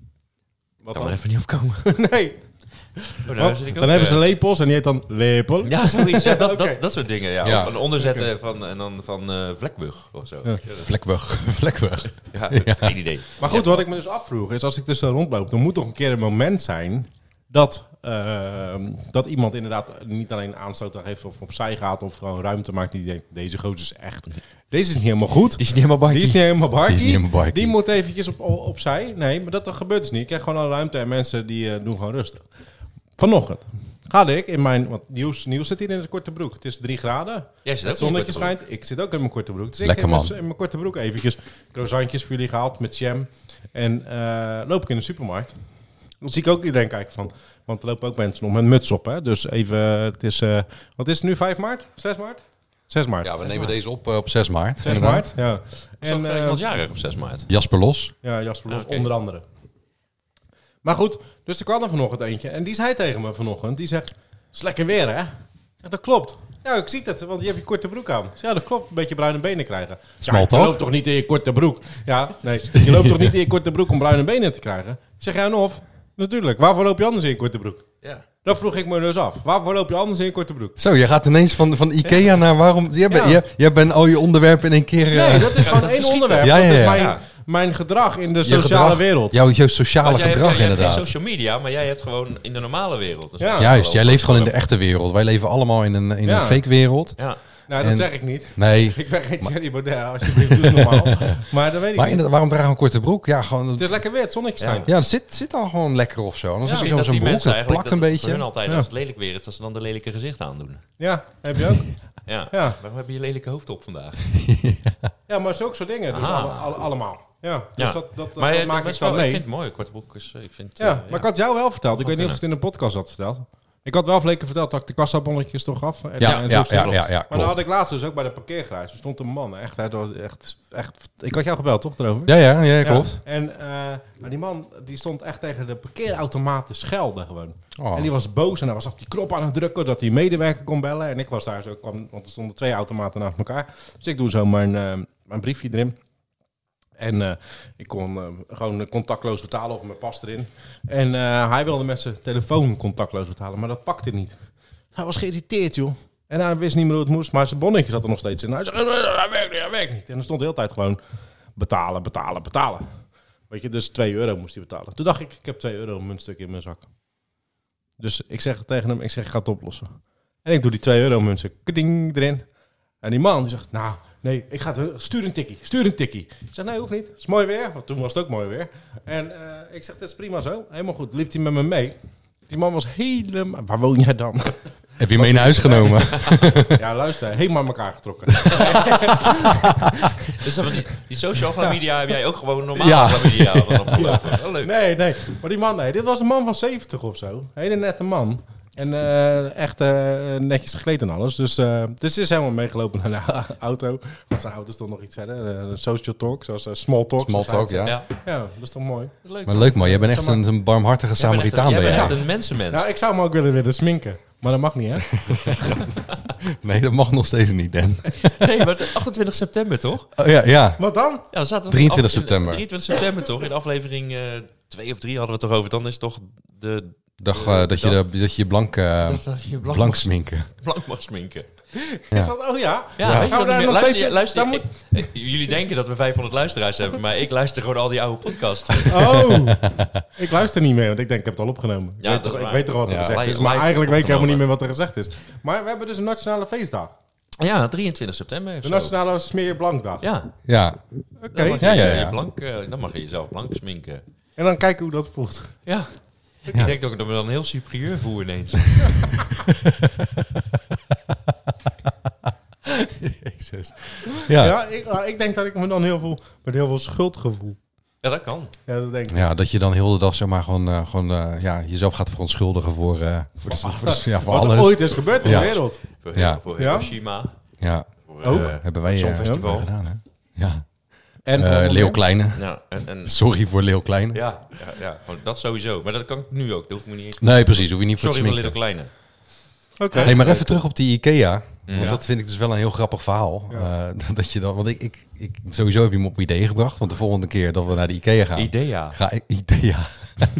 S4: Wat
S3: kan er
S4: dan?
S3: even niet opkomen.
S4: Nee.
S3: Oh, nou,
S4: Want
S3: zit ik
S4: dan
S3: ook,
S4: hebben ze
S3: uh,
S4: lepels en die heet dan lepel.
S3: Ja, zoiets. Ja, dat,
S4: Oké.
S3: dat, dat soort dingen. Ja.
S1: Ja.
S3: Of een onderzetten van, en dan van uh, Vlekburg of zo.
S4: Ja.
S3: Ja,
S1: Vlekburg. Vlekburg.
S3: ja, geen idee.
S4: Maar goed, wat ik me dus afvroeg is, als ik dus zo rondloop, dan moet toch een keer een moment zijn dat, uh, dat iemand inderdaad niet alleen aanstoot heeft of opzij gaat of gewoon ruimte maakt die denkt, deze gozer is echt, deze is niet helemaal goed.
S3: Die is niet helemaal
S4: Die is niet helemaal barkie.
S1: Die is niet helemaal barkie.
S4: Die moet eventjes op, op, opzij. Nee, maar dat, dat gebeurt dus niet. Ik krijg gewoon alle ruimte en mensen die uh, doen gewoon rustig. Vanochtend ga ik in mijn... Want Niels, Niels zit hier in zijn korte broek. Het is drie graden.
S3: Jij zit ook
S4: Het
S3: in je
S4: zonnetje
S3: korte broek.
S4: schijnt. Ik zit ook in mijn korte broek. Dus
S1: Lekker,
S4: ik heb
S1: man.
S4: in mijn korte broek eventjes croissantjes voor jullie gehaald met jam. En uh, loop ik in de supermarkt. Dan zie ik ook iedereen kijken van... Want er lopen ook mensen nog met muts op. Hè? Dus even... Het is... Uh, wat is het nu? vijf maart? zes maart? zes maart.
S1: Ja, we nemen deze op uh, op zes maart.
S4: zes
S1: inderdaad.
S4: maart, ja.
S3: Is toch
S4: En,
S3: uh,
S4: uh,
S3: iemand jarig op zes maart?
S1: Jasper Los.
S4: Ja, Jasper Los,
S3: Ah, oké.
S4: onder andere. Maar goed, dus er kwam er vanochtend eentje. En die zei tegen me vanochtend, die zegt, het is lekker weer, hè? Ja, dat klopt. Ja, ik zie het, want je hebt je korte broek aan. Dus ja, dat klopt. Een beetje bruine benen krijgen.
S1: Small
S4: ja,
S1: talk.
S4: Je loopt toch niet in je korte broek? Ja, nee. Je loopt toch niet in je korte broek om bruine benen te krijgen? Ik zeg, ja, en of? Natuurlijk. Waarvoor loop je anders in je korte broek?
S3: Ja.
S4: Dat vroeg ik me dus af. Waarvoor loop je anders in je korte broek?
S1: Zo, je gaat ineens van, van Ikea naar waarom... Jij, bent
S4: Ja.
S1: jij, jij bent al je onderwerpen in één keer... uh,
S4: Nee, dat is gewoon
S3: dat
S4: één
S3: verschiet,
S4: onderwerp.
S1: hè? Ja, ja,
S4: Dat is
S1: ja.
S4: mijn,
S3: Ja.
S4: mijn gedrag in de
S1: je
S4: sociale
S1: gedrag,
S4: wereld.
S1: Jouw, jouw sociale
S3: Want jij
S1: gedrag
S3: hebt, jij hebt
S1: inderdaad.
S3: geen social media, maar jij hebt gewoon in de normale wereld. Dus
S4: Ja.
S3: dat-
S1: Juist, jij leeft gewoon in de echte wereld. Wij leven allemaal in een, in
S4: Ja.
S1: een fake wereld.
S3: Ja.
S4: Nou, dat
S1: En-
S4: zeg ik niet.
S1: Nee,
S4: Ik ben geen Thierry Baudet, alsjeblieft, doe het normaal. Maar dat weet ik
S1: maar
S4: niet.
S1: inderdaad, waarom dragen we een korte broek? Ja, gewoon...
S4: Het is lekker weer, het zonnetje schijnt.
S1: Ja, het zit, zit al gewoon lekker of zo. Anders
S4: Ja,
S1: heb je
S3: Misschien
S1: zo'n
S3: dat die
S1: zo'n broek,
S3: mensen
S1: dat
S3: eigenlijk
S1: plakt een
S3: dat-
S1: beetje.
S3: Voor hun altijd,
S4: Ja.
S3: als het lelijk weer is, dat ze dan de lelijke gezicht aandoen.
S4: Ja, heb je ook.
S3: Ja.
S4: Ja.
S3: Waarom heb je je lelijke hoofd op vandaag?
S4: Ja, maar zulke soort dingen. Dus
S3: Aha.
S4: alle- alle- allemaal. Ja, dus
S3: Ja.
S4: dat, dat,
S3: maar
S4: dat
S3: eh,
S4: maak
S3: dat
S4: ik
S3: is
S4: dan
S3: wel, ik
S4: mee.
S3: vind het mooi, korte broek is... eh, Ik vind,
S4: Ja,
S3: eh,
S4: maar ik had jou wel verteld. Ik weet niet of ik het in de podcast had verteld. Ik had wel fleken verteld dat ik de kassabonnetjes toch gaf. En,
S1: Ja,
S4: en
S1: ja,
S4: zo
S1: ja,
S4: stond.
S1: ja, ja,
S4: Maar dan
S1: klopt.
S4: had ik laatst dus ook bij de parkeergarage. Er stond een man. Echt, hè, dat was echt, echt... Ik had jou gebeld, toch, erover?
S1: Ja, ja, ja, klopt.
S4: Ja. En uh, maar die man die stond echt tegen de parkeerautomaat te schelden gewoon.
S1: Oh.
S4: En die was boos en hij was op die knop aan het drukken dat hij medewerker kon bellen. En ik was daar zo, kwam, want er stonden twee automaten naast elkaar. Dus ik doe zo mijn, uh, mijn briefje erin. En uh, ik kon uh, gewoon contactloos betalen of mijn pas erin. En uh, hij wilde met zijn telefoon contactloos betalen, maar dat pakte niet. Hij was geïrriteerd, joh. En hij wist niet meer hoe het moest, maar zijn bonnetje zat er nog steeds in. Hij zei, hij werkt niet, hij werkt niet. En er stond de hele tijd gewoon betalen, betalen, betalen. Weet je, dus twee euro moest hij betalen. Toen dacht ik, ik heb twee euro muntstuk in mijn zak. Dus ik zeg tegen hem, ik zeg, ik ga het oplossen. En ik doe die twee euro muntstuk, keding, erin. En die man die zegt, nou, nee, ik ga het, stuur een tikkie, stuur een tikkie. Ik zeg, nee, hoeft niet. Het is mooi weer, want toen was het ook mooi weer. En uh, ik zeg, dat is prima zo. Helemaal goed, liep hij met me mee. Die man was helemaal... Waar woon jij dan?
S1: Heb je mee naar huis genomen?
S4: Ja, luister, helemaal aan elkaar getrokken.
S3: Dus dat, die, die social media heb jij ook gewoon normaal
S1: Ja.
S3: media. Dan opgelopen. Wel leuk.
S4: Nee, nee. Maar die man, nee, dit was een man van zeventig of zo. Een hele nette man. En uh, echt uh, netjes gekleed en alles. Dus, uh, dus het is helemaal meegelopen naar de auto. Want zijn auto stond nog iets verder. Uh, social talk, zoals uh, small talk.
S1: Small
S4: zoals
S1: talk,
S4: hij
S1: ja.
S3: Ja,
S4: het- Ja, dat is toch mooi.
S3: dat is leuk.
S1: Maar leuk man, jij bent echt een, een barmhartige
S3: Jij bent echt een-
S1: Samaritaan.
S3: Jij
S1: Ben
S3: bent
S1: jij.
S3: echt een mensenmens.
S4: Nou, ik zou hem ook willen willen sminken. Maar dat mag niet, hè?
S1: Nee, dat mag nog steeds niet, Dan.
S3: Nee, maar achtentwintig september toch?
S1: Oh, ja, ja.
S4: Wat dan?
S3: Ja, dan zaten we
S1: drieëntwintig
S3: af- in-
S1: september.
S3: drieëntwintig september toch? In de aflevering uh, twee of drie hadden we het toch over. Dan is toch de...
S1: Dag, uh, dat, je de, dat je je blank, uh,
S3: dat, dat je blank,
S1: blank
S3: mag,
S1: sminken.
S3: blank mag sminken.
S1: Ja.
S4: Is dat? Oh ja?
S3: Ja,
S1: Ja.
S3: weet je
S4: Gaan we
S3: dat
S4: daar
S3: niet
S4: nog
S3: meer?
S4: steeds...
S3: Luister, luister,
S4: daar
S3: ik-
S4: moet-
S3: ik- jullie denken dat we vijfhonderd luisteraars hebben, maar ik luister gewoon al die oude podcasts.
S4: Oh, ik luister niet meer, want ik denk, ik heb het al opgenomen.
S3: Ja,
S4: ik weet
S3: dat
S4: toch,
S3: is
S4: ik
S3: waar.
S4: weet toch wat er
S1: Ja.
S4: gezegd is,
S3: Live-
S4: maar
S3: live
S4: eigenlijk weet ik helemaal niet
S3: opgenomen.
S4: meer wat er gezegd is. Maar we hebben dus een nationale feestdag.
S3: Ja, drieëntwintig september. of
S4: De
S3: zo.
S4: nationale smeer je blankdag.
S3: Ja,
S1: Ja,
S4: Oké.
S3: dan mag je,
S1: Ja, ja,
S3: je
S1: ja.
S3: blank, uh, dan mag je jezelf blank sminken.
S4: En dan kijken hoe dat voelt.
S3: Ja.
S1: Ja.
S3: Ik denk ook dat ik me dan heel superieur voel ineens.
S1: Jezus. Ja.
S4: Ja, ik, nou, ik denk dat ik me dan heel veel, met heel veel schuldgevoel.
S3: Ja, dat kan.
S4: Ja, dat denk ik.
S1: Ja, dat je dan heel de dag zeg maar gewoon, uh, gewoon uh, ja, jezelf gaat verontschuldigen voor, uh, voor, de, voor, de, ja, voor
S4: Wat er
S1: alles.
S4: ooit is gebeurd in
S1: Ja.
S4: de wereld.
S3: Voor,
S1: Ja.
S3: voor
S4: Ja?
S3: Hiroshima.
S1: Ja,
S3: Voor,
S4: Ook?
S3: eh,
S1: hebben wij uh,
S3: Songfestival.
S1: hebben wij gedaan, hè? Ja.
S4: En
S1: Uh,
S4: uh,
S1: Leeuw Kleine.
S3: ja, en, en,
S1: Sorry voor Leeuw Kleine.
S3: ja, ja, ja, gewoon dat sowieso. Maar dat kan ik nu ook. Dat hoef ik me niet eens...
S1: Nee, precies. Hoef je niet voor
S3: Sorry
S1: te
S3: voor
S1: sminken.
S3: Little Kleine.
S4: Oké.
S1: Nee, maar even terug op die IKEA. Want
S3: Ja.
S1: dat vind ik dus wel een heel grappig verhaal.
S4: Ja.
S1: Uh, dat je dan, want ik, ik, ik, sowieso heb je me op ideeën gebracht. Want de volgende keer dat we naar de IKEA gaan...
S3: Idea.
S1: Ga ik... IKEA.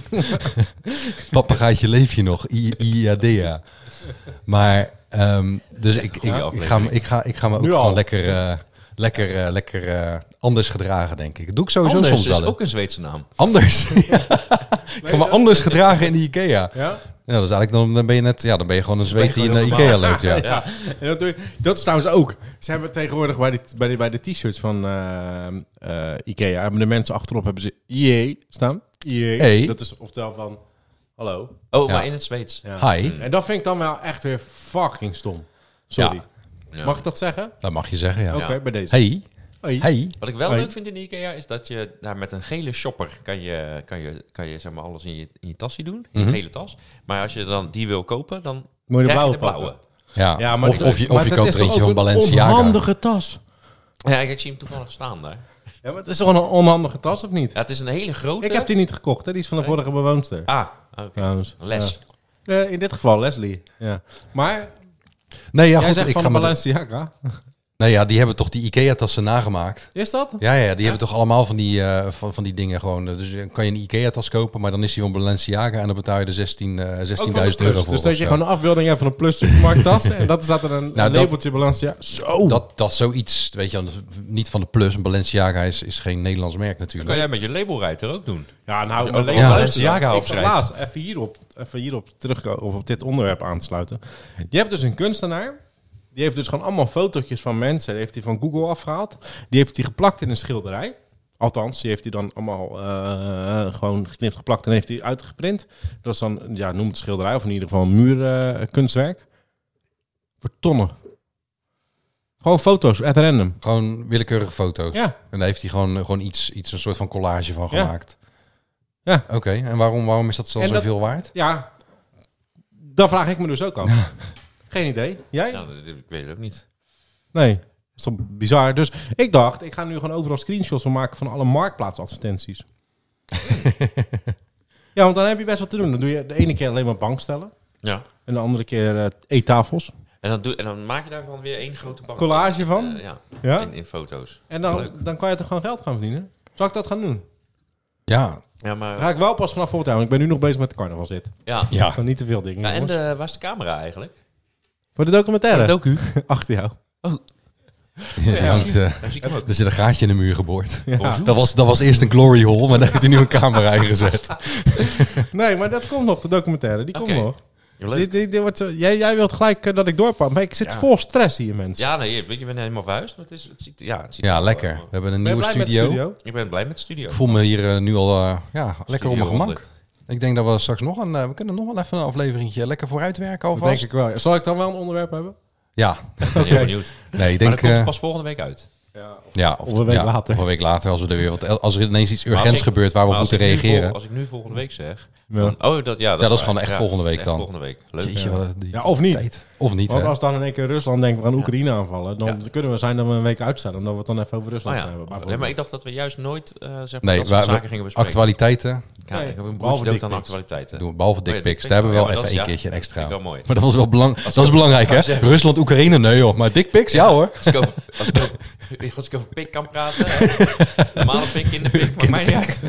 S1: Papagaaitje, leef je nog? I- IADEA. Maar, um, dus ik, ik,
S3: goede
S1: ik, ga, me- ik, ga, ik ga me ook
S4: Nu al.
S1: gewoon lekker, uh, lekker, uh, lekker uh, anders gedragen, denk ik. Dat doe ik sowieso
S3: Anders
S1: soms
S3: is
S1: wel.
S3: ook een Zweedse naam.
S1: Anders. Ja. Ik ga me anders gedragen in de IKEA.
S4: Ja?
S1: Ja, dus eigenlijk dan, dan ben je net, ja, dan ben je gewoon een zweet die in de
S3: gewoon
S1: IKEA
S3: normaal.
S1: loopt, ja.
S3: Ja.
S4: En dat, doe je, dat is trouwens ook. Ze hebben tegenwoordig bij, die, bij, de, bij de t-shirts van uh, uh, Ikea... hebben de mensen achterop hebben ze I E staan. I E.
S1: Hey.
S4: Dat is oftewel van... Hallo.
S3: Oh,
S1: Ja.
S3: maar in het Zweeds.
S4: Ja.
S1: Hi,
S4: En dat vind ik dan wel echt weer fucking stom. Sorry.
S1: Ja.
S3: Ja.
S4: Mag ik dat zeggen?
S1: dat mag je zeggen, ja.
S4: Oké, bij deze.
S1: Hey,
S4: Hey.
S1: hey.
S3: Wat ik wel
S4: Hoi.
S3: leuk vind in de IKEA is dat je daar met een gele shopper kan je, kan je, kan je zeg maar alles in je, in je tasje doen. In je
S1: Mhm.
S3: gele tas. Maar als je dan die wil kopen, dan
S4: Moet je de
S3: krijg je
S4: blauwe
S3: de blauwe.
S1: Ja,
S4: Ja, maar
S1: of,
S4: die-
S1: of je,
S4: maar
S1: of je
S4: dat
S1: koopt
S4: is
S1: er
S4: toch
S1: eentje van
S4: ook een
S1: Balenciaga.
S4: onhandige tas.
S3: Ja, ik, ik zie hem toevallig staan daar.
S4: Ja, maar het is toch een onhandige tas, of niet?
S3: Ja, het is een hele grote.
S4: Ik heb die niet gekocht, hè? Die is van de
S3: Nee.
S4: vorige bewoonster.
S3: Ah, oké.
S4: Trouwens.
S3: Les.
S4: Ja. Eh, in dit geval Leslie. Ja. Maar
S1: Nee, ja,
S4: jij
S1: goed,
S4: zegt
S1: ik
S4: van
S1: ga
S4: de
S1: me... de-
S4: Balenciaga.
S1: Nee, ja, die hebben toch die IKEA-tassen nagemaakt.
S4: Is dat?
S1: Ja, ja, die hebben toch allemaal van die, uh, van, van die dingen gewoon. Uh, dus dan kan je een IKEA-tas kopen, maar dan is die van Balenciaga en dan betaal je er zestien, uh, zestienduizend euro voor.
S4: Dus dat
S1: of
S4: je
S1: zo.
S4: gewoon een afbeelding hebt van een Plus supermarkttas en dat staat er een,
S1: Nou,
S4: een
S1: dat-
S4: labeltje Balenciaga. Zo.
S1: Dat, dat is zoiets, weet je, niet van de Plus. Een Balenciaga is, is geen Nederlands merk
S3: Dat
S1: natuurlijk.
S3: kan jij met je labelwriter ook doen.
S4: Ja, nou,
S3: Ja,
S4: maar
S3: overal
S4: ja,
S3: Balenciaga
S4: ik zat
S3: opschrijft.
S4: laatst even hierop, even hierop terugkomen of op dit onderwerp aan te sluiten. Je hebt dus een kunstenaar. Die heeft dus gewoon allemaal fotootjes van mensen. Die heeft hij van Google afgehaald. Die heeft hij geplakt in een schilderij. Althans, die heeft hij dan allemaal uh, gewoon geknipt, geplakt en heeft hij uitgeprint. Dat is dan, ja, noem het schilderij of in ieder geval een muurkunstwerk. Uh, Voor tonnen. Gewoon foto's, at random.
S1: Gewoon willekeurige foto's.
S4: Ja.
S1: En daar heeft hij gewoon, gewoon iets, iets, een soort van collage van
S4: Ja.
S1: gemaakt.
S4: Ja.
S1: Oké, en waarom, waarom is dat zo
S4: En dat-
S1: zoveel waard?
S4: Ja, dat vraag ik me dus ook af. Geen idee. Jij?
S3: Ja, dat- ik weet het ook niet.
S4: Nee. Dat is toch bizar. Dus ik dacht, ik ga nu gewoon overal screenshots van maken van alle marktplaatsadvertenties. Ja, want dan heb je best wat te doen. Dan doe je de ene keer alleen maar bankstellen.
S3: Ja.
S4: En de andere keer uh, eettafels.
S3: En dan, doe, en dan maak je daarvan weer één grote bak.
S4: Collage van?
S3: Eh, ja,
S4: Ja?
S3: in, in foto's.
S4: En dan,
S3: Leuk.
S4: dan kan je toch gewoon geld gaan verdienen? Zal ik dat gaan doen?
S1: Ja,
S3: Ja, maar...
S4: Dan ga ik wel pas vanaf volgend jaar. Want ik ben nu nog bezig met de carnaval zitten.
S3: Ja.
S1: ja.
S4: Van niet te veel dingen,
S3: Ja, en
S4: jongens.
S3: de, waar is de camera eigenlijk?
S4: Voor de documentaire.
S3: De docu.
S4: Achter jou.
S1: Die hangt, uh,
S3: Daar zie ik hem ook.
S1: er zit een gaatje in de muur geboord.
S4: Ja.
S1: Dat was, dat was eerst een glory hole, maar daar heeft hij nu een camera in gezet.
S4: Nee, maar dat komt nog, de documentaire. Die
S3: Oké.
S4: komt nog.
S3: Ja, leuk.
S4: Die, die, die wordt, zo- jij, jij wilt gelijk uh, dat ik doorpak. Maar ik zit
S3: Ja.
S4: vol stress hier, mensen.
S3: Ja, nee, je, je bent helemaal verhuisd. Maar het is, het ziet, ja, het ziet
S1: Ja,
S3: er wel,
S1: lekker.
S3: eh,
S1: We hebben een
S4: Ben je
S1: nieuwe
S4: blij met de
S1: studio.
S4: studio?
S3: Ik ben blij met de studio.
S1: Ik voel me hier uh, nu al uh, ja, lekker op mijn gemak.
S3: honderd.
S1: Ik denk dat we straks nog een... Uh, we kunnen nog wel even een afleveringetje lekker vooruitwerken
S4: Dat
S1: alvast.
S4: denk ik wel. Zal ik dan wel een onderwerp hebben?
S1: Ja.
S3: Ik ben heel benieuwd.
S1: Nee, ik
S3: Maar
S1: denk...
S3: dat komt
S1: uh,
S3: pas volgende week uit.
S4: Ja.
S1: ja,
S4: Of een week
S1: ja,
S4: later.
S1: Of een week later, als, we er weer wat, als er ineens iets
S3: Maar als
S1: urgents
S3: ik-
S1: gebeurt waar we op
S3: Maar als
S1: moeten
S3: ik nu
S1: reageren.
S3: vol- als ik nu volgende week zeg...
S4: Ja.
S3: dan- oh, dat, ja, dat,
S1: dat is
S3: waar.
S1: gewoon echt volgende
S3: dat is
S1: week
S3: echt
S1: dan.
S3: volgende week. Leuk.
S1: Jeetje,
S3: Ja.
S1: wat die
S4: Ja, of niet.
S1: tijd. Of niet,
S4: Want
S1: hè?
S4: als dan in één keer Rusland denkt, we gaan Oekraïne aanvallen, dan
S3: Ja.
S4: kunnen we zijn dat we een week uitstellen. Omdat we het dan even over
S3: Oh,
S4: Rusland
S3: ja.
S4: hebben.
S3: Nee,
S4: bijvoorbeeld.
S3: maar ik dacht dat we juist nooit uh, zeg maar,
S1: Nee,
S3: dat soort
S1: waar-
S3: zaken gingen bespreken.
S1: Actualiteiten
S3: Ja,
S4: Nee,
S3: ik heb een
S4: behalve
S3: boekje ook aan
S4: dickpics.
S3: actualiteiten.
S1: doen we, behalve
S3: Oh ja,
S1: dickpics.
S3: dickpics.
S1: Daar hebben we wel
S3: Ja, maar
S1: even
S3: dat
S1: een
S3: is-
S1: keertje
S3: ja,
S1: een extra.
S3: vind ik wel mooi.
S1: Maar dat was wel belang, dat is
S3: ik-
S1: belangrijk, hè?
S3: wou zeggen.
S1: Rusland, Oekraïne, nee joh. Maar dickpics, ja hoor.
S3: Als ik over, als ik over, als ik over pik kan praten, hè. Normale pik, kinderpik, maakt mij niet uit.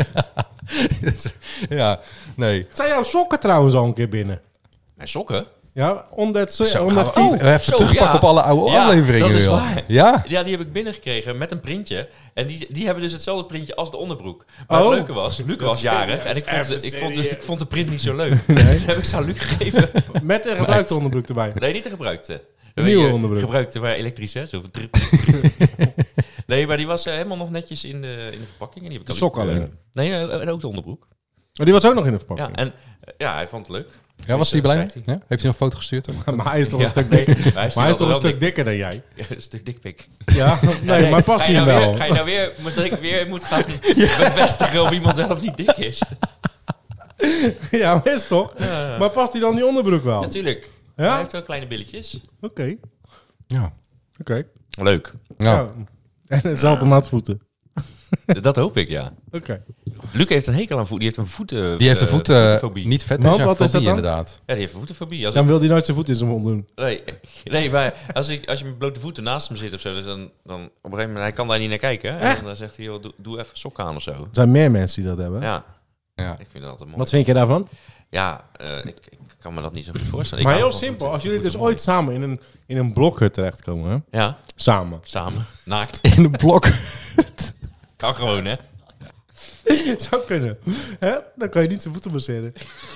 S1: Ja, nee.
S4: Zijn jouw sokken trouwens al een keer binnen?
S3: Nee, sokken?
S4: Ja, omdat ze...
S1: Zo,
S4: omdat
S1: gaan we
S4: vier-
S1: even, even
S3: zo,
S1: terugpakken
S3: ja.
S1: op alle oude
S3: Ja,
S1: afleveringen.
S3: dat is
S1: joh.
S3: waar.
S1: Ja?
S3: Ja, die heb ik binnengekregen met een printje. En die, die hebben dus hetzelfde printje als de onderbroek. Maar
S4: Oh.
S3: het leuke was, Luc was
S4: is
S3: jarig.
S4: serieus.
S3: En ik vond,
S4: Even
S3: ik, vond, dus,
S4: serieus.
S3: ik vond de print niet zo leuk. Dus heb ik ze aan Luc gegeven.
S4: Met een gebruikte onderbroek erbij.
S3: Nee, niet de gebruikte.
S4: Een nieuwe
S3: Weet je,
S4: onderbroek.
S3: Gebruikte, waar elektrisch, hè? Zo van drip, drip. Nee, maar die was eh, helemaal nog netjes in de, in de verpakking. En die heb ik
S4: De
S3: ook,
S4: sok
S3: eh,
S4: alleen.
S3: Nee, eh, en ook de onderbroek.
S4: Maar die was ook nog in de verpakking.
S3: Ja, en eh, ja, hij vond het leuk.
S1: Ja, was hij
S3: Dus,
S1: blij
S3: eh,
S1: mee?
S3: zei
S1: Ja? Heeft hij een foto gestuurd? ook?
S4: Maar hij is toch
S3: Ja,
S4: een stuk,
S3: nee,
S4: dik-
S3: hij is
S4: maar hij is toch een
S3: wel
S4: stuk
S3: dik.
S4: dikker dan jij.
S3: Ja, een stuk dikpik.
S4: Ja, nee, maar past
S3: ga
S4: hij
S3: je
S4: hem
S3: nou
S4: wel?
S3: weer, Ga je nou weer, moet ik weer moet gaan bevestigen of iemand wel of niet dik is?
S4: Ja, maar is toch?
S3: Ja,
S4: Maar past hij dan die onderbroek wel? Oké.
S3: natuurlijk.
S4: Ja?
S3: Hij heeft wel kleine billetjes.
S4: Oké.
S1: Ja.
S3: Leuk.
S1: Ja.
S4: Ja. En dezelfde maat voeten.
S3: Dat hoop ik, ja.
S4: Oké.
S3: Luc heeft een hekel aan voeten. Die heeft een voeten...
S1: Die heeft de
S3: eh,
S1: voeten,
S3: voetenfobie.
S1: niet vet,
S4: Want,
S1: is
S4: wat is dat dan?
S1: inderdaad.
S3: Ja, die heeft een voetenfobie. Als
S4: Dan
S3: ik,
S4: wil hij nooit zijn voet in zijn mond doen.
S3: nee, nee, maar als, ik, als je met blote voeten naast hem zit of zo, dus dan, dan op een gegeven moment, hij kan daar niet naar kijken. Hè? En dan zegt hij, joh, doe, doe even sokken aan of zo.
S4: Er zijn meer mensen die dat hebben.
S3: Ja,
S1: Ja.
S3: ik vind dat altijd mooi.
S4: Wat vind je daarvan?
S3: Ja, uh, ik, ik kan me dat niet zo goed voorstellen. Ik
S4: Maar
S3: hou
S4: heel
S3: van
S4: simpel.
S3: voeten.
S4: Als jullie dus
S3: Voeten
S4: ooit samen in een, in een blokhut terechtkomen, hè?
S3: mooi. Ja,
S4: Samen.
S3: samen. Naakt.
S1: In een blok.
S3: Kan gewoon, hè?
S4: Zou kunnen. Hè? Dan kan je niet zijn voeten masseren.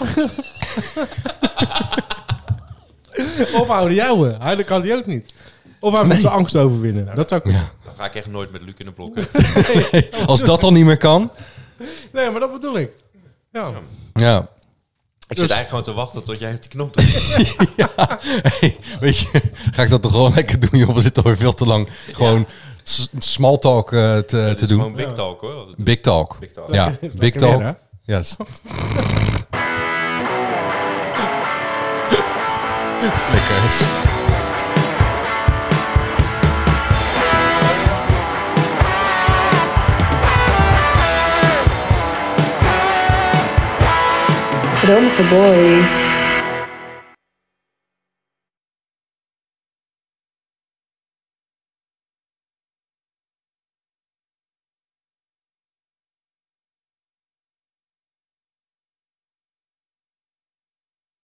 S4: Of houden jouwe. Hij dat kan die ook niet. Of hij moet zijn angst overwinnen. Dat zou kunnen.
S3: Dan ga ik echt nooit met Luc in de blokken.
S1: Als dat dan niet meer kan.
S4: Nee, maar dat bedoel ik. Ja.
S1: Ja.
S3: Ik
S4: Dus-
S3: zit eigenlijk gewoon te wachten tot jij op die knop drukt.
S1: Hey, weet je, ga ik dat toch gewoon lekker doen, joh. We zitten alweer veel te lang gewoon s- small talk eh, te,
S3: Het
S1: te
S3: is
S1: doen.
S3: gewoon big talk, hoor.
S1: Big talk.
S3: Big talk.
S1: Ja,
S4: Is
S1: big
S4: lekker
S1: talk.
S4: weer, hè?
S1: Ja. s- Flikkers.
S2: Dromen for Boys.